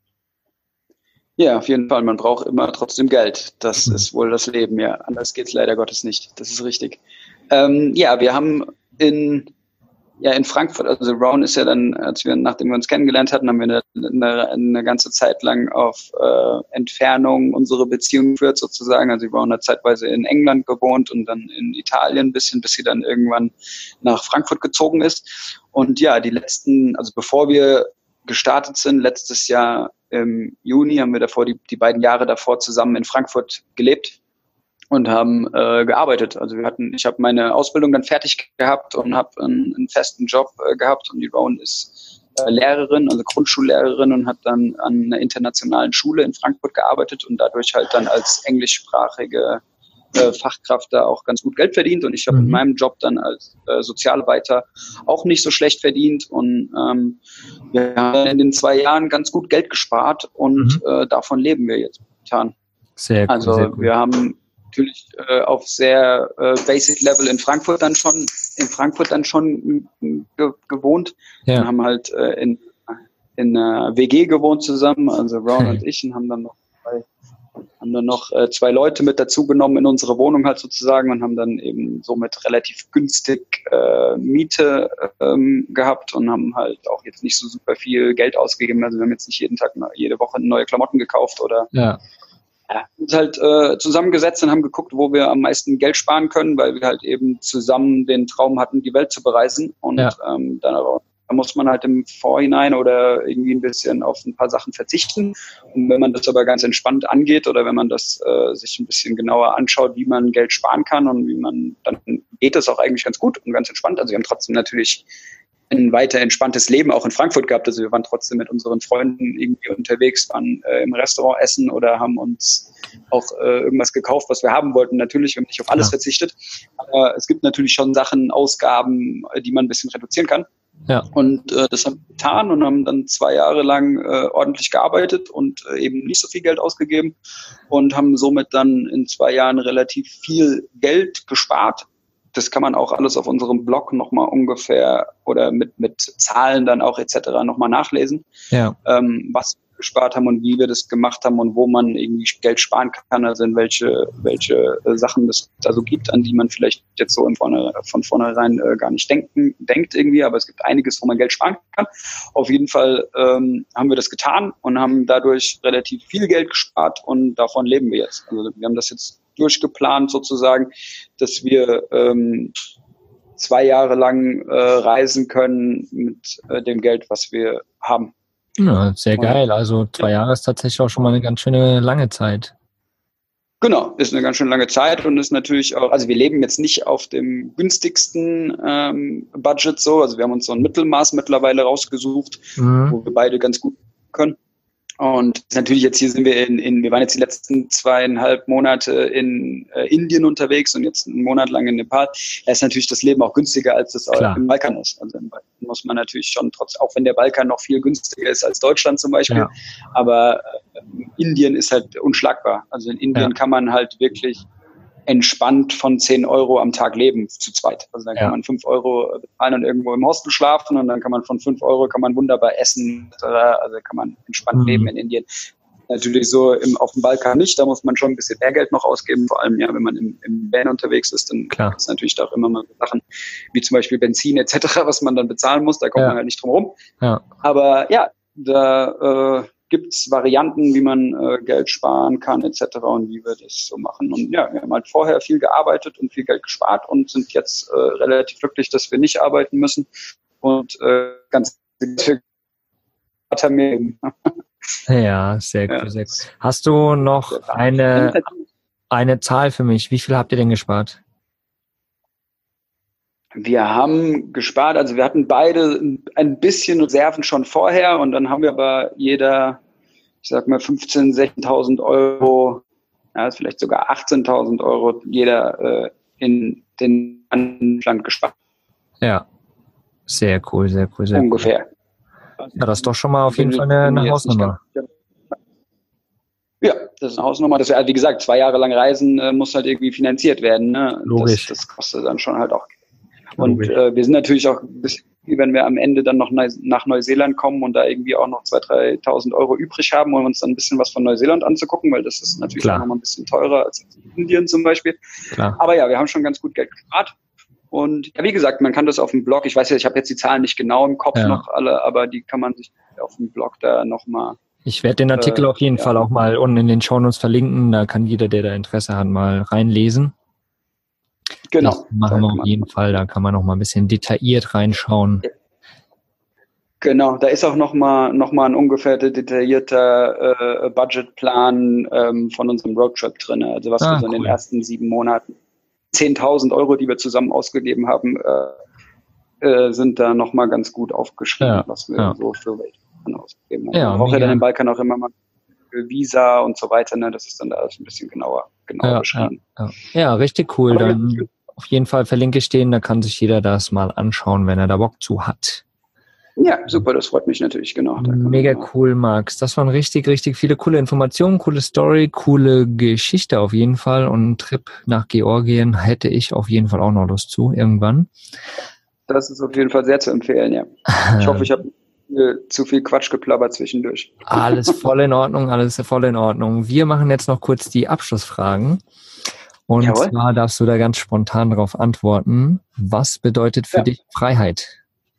Ja, auf jeden Fall. Man braucht immer trotzdem Geld. Das ist wohl das Leben, ja. Anders geht's leider Gottes nicht. Das ist richtig. Wir haben in Frankfurt, also Rowan ist ja dann, nachdem wir uns kennengelernt hatten, haben wir eine ganze Zeit lang auf Entfernung unsere Beziehung geführt sozusagen. Also Rowan hat zeitweise in England gewohnt und dann in Italien ein bisschen, bis sie dann irgendwann nach Frankfurt gezogen ist. Und ja, bevor wir gestartet sind, letztes Jahr im Juni, haben wir davor die beiden Jahre davor zusammen in Frankfurt gelebt und haben gearbeitet. Also ich habe meine Ausbildung dann fertig gehabt und habe einen festen Job gehabt. Und die Rowan ist Lehrerin, also Grundschullehrerin, und hat dann an einer internationalen Schule in Frankfurt gearbeitet und dadurch halt dann als englischsprachige Fachkraft da auch ganz gut Geld verdient. Und ich habe in meinem Job dann als Sozialarbeiter auch nicht so schlecht verdient. Und wir haben in den 2 Jahren ganz gut Geld gespart und davon leben wir jetzt momentan. Sehr cool, also sehr cool. Wir haben natürlich auf sehr Basic Level in Frankfurt dann schon gewohnt. Ja. Und haben halt in einer WG gewohnt zusammen, also Ron und ich, und haben dann noch 2 Leute mit dazu genommen in unsere Wohnung halt sozusagen und haben dann eben somit relativ günstig Miete gehabt und haben halt auch jetzt nicht so super viel Geld ausgegeben. Also wir haben jetzt nicht jede Woche neue Klamotten gekauft oder uns halt zusammengesetzt und haben geguckt, wo wir am meisten Geld sparen können, weil wir halt eben zusammen den Traum hatten, die Welt zu bereisen. Und dann aber muss man halt im Vorhinein oder irgendwie ein bisschen auf ein paar Sachen verzichten. Und wenn man das aber ganz entspannt angeht oder wenn man das sich ein bisschen genauer anschaut, wie man Geld sparen kann und dann geht das auch eigentlich ganz gut und ganz entspannt. Also wir haben trotzdem natürlich ein weiter entspanntes Leben auch in Frankfurt gehabt. Also wir waren trotzdem mit unseren Freunden irgendwie unterwegs, waren im Restaurant essen oder haben uns auch irgendwas gekauft, was wir haben wollten. Natürlich, wir haben nicht auf alles verzichtet. Aber es gibt natürlich schon Sachen, Ausgaben, die man ein bisschen reduzieren kann. Ja. Und das haben wir getan und haben dann 2 Jahre lang ordentlich gearbeitet und eben nicht so viel Geld ausgegeben und haben somit dann in 2 Jahren relativ viel Geld gespart. Das kann man auch alles auf unserem Blog nochmal ungefähr oder mit Zahlen dann auch etc. nochmal nachlesen, was wir gespart haben und wie wir das gemacht haben und wo man irgendwie Geld sparen kann, also in welche Sachen es da so gibt, an die man vielleicht jetzt so von vornherein gar nicht denkt irgendwie, aber es gibt einiges, wo man Geld sparen kann. Auf jeden Fall haben wir das getan und haben dadurch relativ viel Geld gespart und davon leben wir jetzt. Also wir haben das jetzt durchgeplant sozusagen, dass wir 2 Jahre lang reisen können mit dem Geld, was wir haben. Ja, sehr geil. Also 2 Jahre ist tatsächlich auch schon mal eine ganz schöne lange Zeit. Genau, ist eine ganz schön lange Zeit und ist natürlich auch, also wir leben jetzt nicht auf dem günstigsten Budget so, also wir haben uns so ein Mittelmaß mittlerweile rausgesucht, wo wir beide ganz gut können. Und natürlich jetzt hier sind wir wir waren jetzt die letzten 2,5 Monate in Indien unterwegs und jetzt 1 Monat lang in Nepal. Da ist natürlich das Leben auch günstiger, als es im Balkan ist. Also im Balkan muss man natürlich schon auch wenn der Balkan noch viel günstiger ist als Deutschland zum Beispiel, aber Indien ist halt unschlagbar. Also in Indien kann man halt wirklich entspannt von 10 Euro am Tag leben, zu zweit. Also dann kann man 5 Euro bezahlen und irgendwo im Hostel schlafen und dann kann man von 5 Euro wunderbar essen. Also kann man entspannt leben in Indien. natürlich so auf dem Balkan nicht, da muss man schon ein bisschen mehr Geld noch ausgeben, vor allem ja, wenn man im Van unterwegs ist, dann gibt es natürlich da auch immer mal Sachen, wie zum Beispiel Benzin etc., was man dann bezahlen muss, da kommt man halt nicht drum rum. Ja. Aber ja, da gibt's Varianten, wie man Geld sparen kann etc. und wie wir das so machen. Und ja, wir haben halt vorher viel gearbeitet und viel Geld gespart und sind jetzt relativ glücklich, dass wir nicht arbeiten müssen und ganz viel mehr. Ja, sehr cool, sehr cool. Hast du noch eine Zahl für mich? Wie viel habt ihr denn gespart? Wir haben gespart, also wir hatten beide ein bisschen Reserven schon vorher und dann haben wir aber jeder, ich sag mal 15.000, 16.000 Euro, ja, vielleicht sogar 18.000 Euro jeder in den Anstand gespart. Ja, sehr cool, sehr cool, sehr ungefähr. Cool. Ja, das ist doch schon mal auf jeden Fall eine Hausnummer. Ja, das ist eine Hausnummer. Das ist, wie gesagt, 2 Jahre lang reisen muss halt irgendwie finanziert werden. Ne? Logisch. Das kostet dann schon halt auch. Und wir sind natürlich auch ein bisschen, wenn wir am Ende dann noch nach Neuseeland kommen und da irgendwie auch noch 2.000, 3.000 Euro übrig haben, um uns dann ein bisschen was von Neuseeland anzugucken, weil das ist natürlich auch noch mal ein bisschen teurer als in Indien zum Beispiel. Klar. Aber ja, wir haben schon ganz gut Geld gespart. Und ja, wie gesagt, man kann das auf dem Blog, ich weiß ja, ich habe jetzt die Zahlen nicht genau im Kopf noch alle, aber die kann man sich auf dem Blog da nochmal. Ich werde den Artikel auf jeden Fall auch mal unten in den Shownotes verlinken, da kann jeder, der da Interesse hat, mal reinlesen. Genau. Das machen wir auf jeden Fall, da kann man noch mal ein bisschen detailliert reinschauen. Genau, da ist auch noch mal ein ungefähr detaillierter Budgetplan von unserem Roadtrip drin, also was wir so in den ersten 7 Monaten 10.000 Euro, die wir zusammen ausgegeben haben, sind da nochmal ganz gut aufgeschrieben, was wir so für Weltreisen ausgegeben haben. Man braucht ja dann im Balkan auch immer mal Visa und so weiter, ne? Das ist dann da alles ein bisschen genauer beschrieben. Ja, richtig cool. Aber dann auf jeden Fall verlinke ich den, da kann sich jeder das mal anschauen, wenn er da Bock zu hat. Ja, super, das freut mich natürlich, genau. Mega cool, Max. Das waren richtig, richtig viele coole Informationen, coole Story, coole Geschichte auf jeden Fall. Und einen Trip nach Georgien hätte ich auf jeden Fall auch noch Lust zu, irgendwann. Das ist auf jeden Fall sehr zu empfehlen, ja. Ich hoffe, ich habe zu viel Quatsch geplappert zwischendurch. Alles voll in Ordnung, alles voll in Ordnung. Wir machen jetzt noch kurz die Abschlussfragen. Und zwar darfst du da ganz spontan darauf antworten. Was bedeutet für dich Freiheit?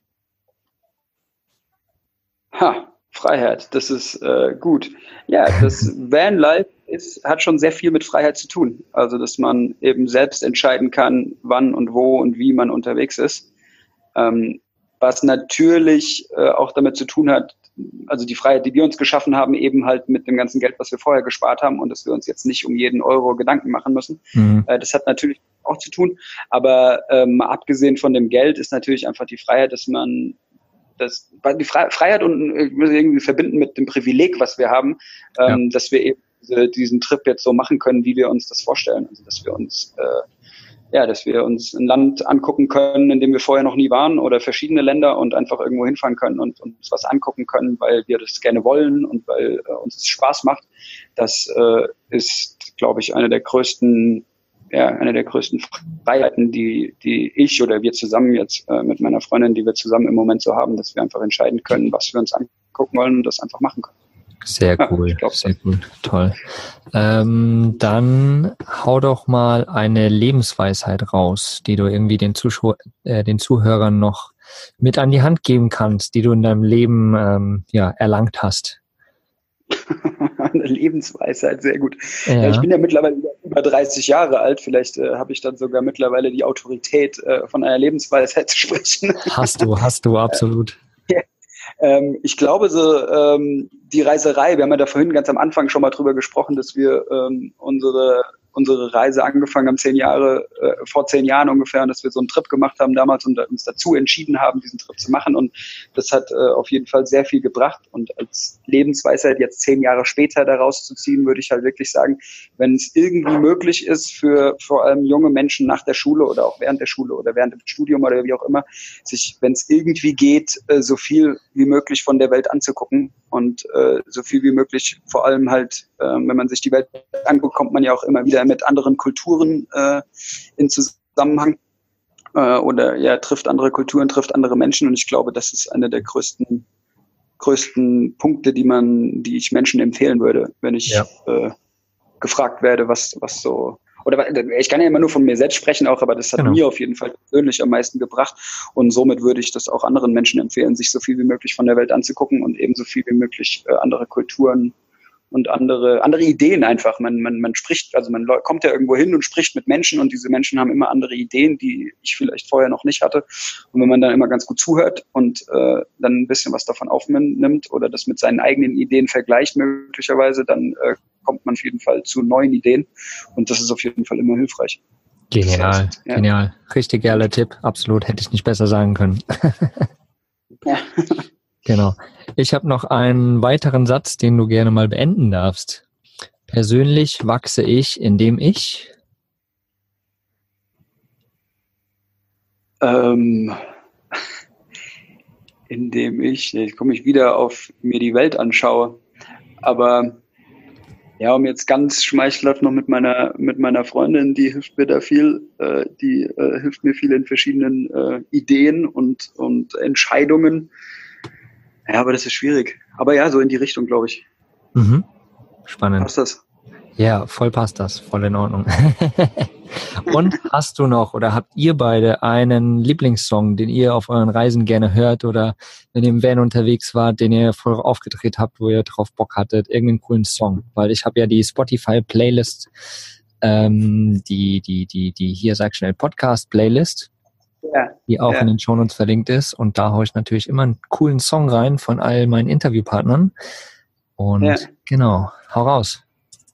Freiheit, das ist gut. Ja, das Vanlife hat schon sehr viel mit Freiheit zu tun. Also, dass man eben selbst entscheiden kann, wann und wo und wie man unterwegs ist. Was natürlich auch damit zu tun hat, also die Freiheit, die wir uns geschaffen haben, eben halt mit dem ganzen Geld, was wir vorher gespart haben und dass wir uns jetzt nicht um jeden Euro Gedanken machen müssen. Das hat natürlich auch zu tun. Aber mal abgesehen von dem Geld ist natürlich einfach die Freiheit, dass man die Freiheit und ich muss irgendwie verbinden mit dem Privileg, was wir haben, dass wir eben diesen Trip jetzt so machen können, wie wir uns das vorstellen. Also dass wir uns ein Land angucken können, in dem wir vorher noch nie waren oder verschiedene Länder und einfach irgendwo hinfahren können und uns was angucken können, weil wir das gerne wollen und weil uns das Spaß macht. Das ist, glaube ich, eine der größten Freiheiten, die ich oder wir zusammen jetzt mit meiner Freundin, die wir zusammen im Moment so haben, dass wir einfach entscheiden können, was wir uns angucken wollen und das einfach machen können. Sehr cool, sehr cool, toll. Dann hau doch mal eine Lebensweisheit raus, die du irgendwie den Zuhörern noch mit an die Hand geben kannst, die du in deinem Leben erlangt hast. Eine Lebensweisheit, sehr gut. Ja. Ich bin ja mittlerweile über 30 Jahre alt. Vielleicht habe ich dann sogar mittlerweile die Autorität, von einer Lebensweisheit zu sprechen. Hast du, absolut. Ich glaube, die Reiserei, wir haben ja da vorhin ganz am Anfang schon mal drüber gesprochen, dass wir unsere Reise angefangen haben, vor 10 Jahren ungefähr, und dass wir so einen Trip gemacht haben damals und uns dazu entschieden haben, diesen Trip zu machen. Und das hat auf jeden Fall sehr viel gebracht. Und als Lebensweisheit jetzt 10 Jahre später daraus zu ziehen, würde ich halt wirklich sagen, wenn es irgendwie möglich ist für vor allem junge Menschen nach der Schule oder auch während der Schule oder während dem Studium oder wie auch immer, sich, wenn es irgendwie geht, so viel wie möglich von der Welt anzugucken und so viel wie möglich, vor allem halt, wenn man sich die Welt anguckt, kommt man ja auch immer wieder mit anderen Kulturen in Zusammenhang oder trifft andere Kulturen, trifft andere Menschen, und ich glaube, das ist eine der größten größten Punkte, die ich Menschen empfehlen würde, wenn ich gefragt werde, was so, oder ich kann ja immer nur von mir selbst sprechen auch, aber das hat mir auf jeden Fall persönlich am meisten gebracht und somit würde ich das auch anderen Menschen empfehlen, sich so viel wie möglich von der Welt anzugucken und ebenso viel wie möglich andere Kulturen und andere Ideen einfach. Man spricht, also man kommt ja irgendwo hin und spricht mit Menschen und diese Menschen haben immer andere Ideen, die ich vielleicht vorher noch nicht hatte. Und wenn man dann immer ganz gut zuhört und dann ein bisschen was davon aufnimmt oder das mit seinen eigenen Ideen vergleicht möglicherweise, dann kommt man auf jeden Fall zu neuen Ideen und das ist auf jeden Fall immer hilfreich. Genial, genial. Richtig geiler Tipp. Absolut, hätte ich nicht besser sagen können. Ja. Genau. Ich habe noch einen weiteren Satz, den du gerne mal beenden darfst. Persönlich wachse ich, indem ich jetzt komme ich wieder auf mir die Welt anschaue, aber ja, um jetzt ganz schmeichelhaft noch mit meiner Freundin, die hilft mir da viel, die hilft mir viel in verschiedenen Ideen und Entscheidungen. Ja, aber das ist schwierig. Aber ja, so in die Richtung, glaube ich. Mhm. Spannend. Passt das? Ja, voll passt das. Voll in Ordnung. Und hast du noch oder habt ihr beide einen Lieblingssong, den ihr auf euren Reisen gerne hört oder wenn ihr im Van unterwegs wart, den ihr vorher aufgedreht habt, wo ihr drauf Bock hattet, irgendeinen coolen Song? Weil ich habe ja die Spotify-Playlist, die hier sag schnell Podcast-Playlist, die auch in den Shownotes verlinkt ist. Und da haue ich natürlich immer einen coolen Song rein von all meinen Interviewpartnern. Und genau, hau raus.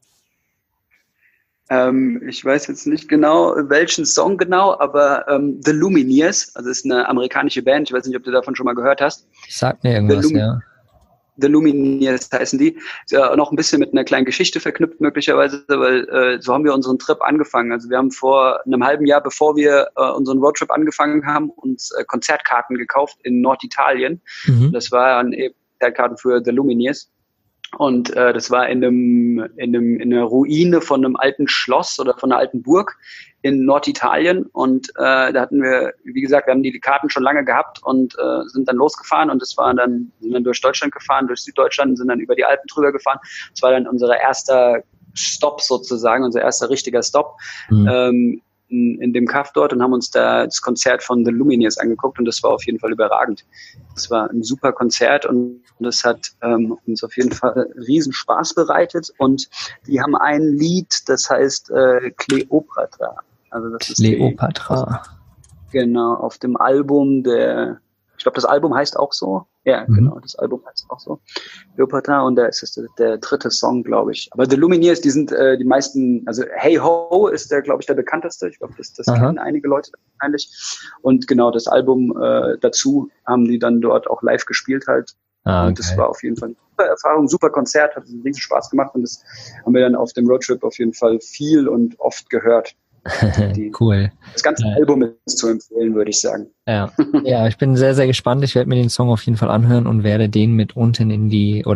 Ich weiß jetzt nicht genau, welchen Song genau, aber The Lumineers, also ist eine amerikanische Band, ich weiß nicht, ob du davon schon mal gehört hast. Sag mir irgendwas, The Lumineers heißen die. Ist ja noch ein bisschen mit einer kleinen Geschichte verknüpft möglicherweise, weil so haben wir unseren Trip angefangen. Also wir haben vor einem halben Jahr, bevor wir unseren Roadtrip angefangen haben, uns Konzertkarten gekauft in Norditalien. Mhm. Das waren eben Konzertkarten für The Lumineers. Und das war in einer Ruine von einem alten Schloss oder von einer alten Burg in Norditalien. Und da hatten wir, wie gesagt, wir haben die Karten schon lange gehabt und sind dann losgefahren und sind dann durch Deutschland gefahren, durch Süddeutschland, sind dann über die Alpen drüber gefahren. Das war dann unser erster Stopp sozusagen, unser erster richtiger Stopp. Mhm. In dem Kaff dort und haben uns da das Konzert von The Lumineers angeguckt und das war auf jeden Fall überragend. Das war ein super Konzert und das hat uns auf jeden Fall riesen Spaß bereitet und die haben ein Lied, das heißt Kleopatra. Also das ist Kleopatra. Genau, auf dem Album ich glaube, das Album heißt auch so. Ja, genau, das Album heißt auch so. Kleopatra und da ist es der dritte Song, glaube ich. Aber The Lumineers, die sind die meisten, also Hey Ho ist glaube ich, der bekannteste. Ich glaube, das kennen einige Leute wahrscheinlich. Und genau, das Album dazu haben die dann dort auch live gespielt halt. Und das war auf jeden Fall eine super Erfahrung, super Konzert, hat riesen Spaß gemacht und das haben wir dann auf dem Roadtrip auf jeden Fall viel und oft gehört. Cool. Das ganze Album ist zu empfehlen, würde ich sagen. Ja, ich bin sehr, sehr gespannt. Ich werde mir den Song auf jeden Fall anhören und werde den mit in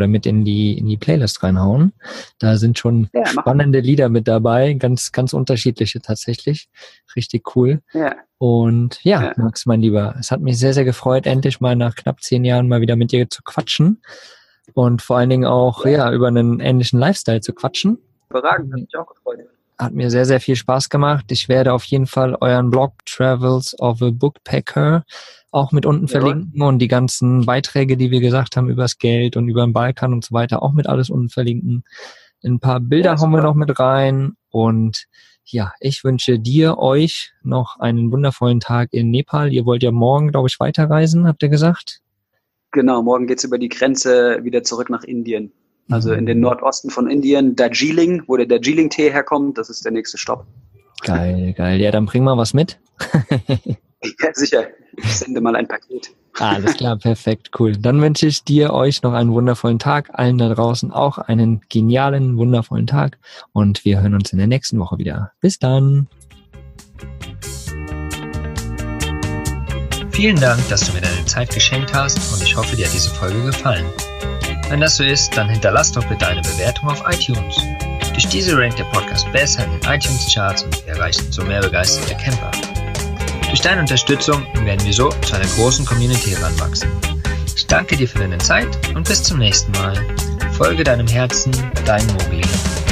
die Playlist reinhauen. Da sind schon spannende Lieder mit dabei, ganz, ganz unterschiedliche tatsächlich. Richtig cool. Ja. Und Max, mein Lieber, es hat mich sehr, sehr gefreut, endlich mal nach knapp 10 Jahren mal wieder mit dir zu quatschen und vor allen Dingen auch über einen ähnlichen Lifestyle zu quatschen. Überragend, hat mich auch gefreut. Hat mir sehr, sehr viel Spaß gemacht. Ich werde auf jeden Fall euren Blog Travels of a Bookpacker auch mit unten verlinken und die ganzen Beiträge, die wir gesagt haben über das Geld und über den Balkan und so weiter, auch mit alles unten verlinken. Ein paar Bilder haben wir noch mit rein und ich wünsche euch noch einen wundervollen Tag in Nepal. Ihr wollt ja morgen, glaube ich, weiterreisen, habt ihr gesagt? Genau, morgen geht's über die Grenze wieder zurück nach Indien. Also in den Nordosten von Indien, Darjeeling, wo der Darjeeling-Tee herkommt, das ist der nächste Stopp. Geil. Ja, dann bring mal was mit. Ja, sicher. Ich sende mal ein Paket. Alles klar, perfekt, cool. Dann wünsche ich euch noch einen wundervollen Tag, allen da draußen auch einen genialen, wundervollen Tag und wir hören uns in der nächsten Woche wieder. Bis dann. Vielen Dank, dass du mir deine Zeit geschenkt hast und ich hoffe, dir hat diese Folge gefallen. Wenn das so ist, dann hinterlass doch bitte eine Bewertung auf iTunes. Durch diese rankt der Podcast besser in den iTunes-Charts und wir erreichen so mehr begeisterte Camper. Durch deine Unterstützung werden wir so zu einer großen Community heranwachsen. Ich Ich danke dir für deine Zeit und bis zum nächsten Mal. Folge deinem Herzen, dein Mogli.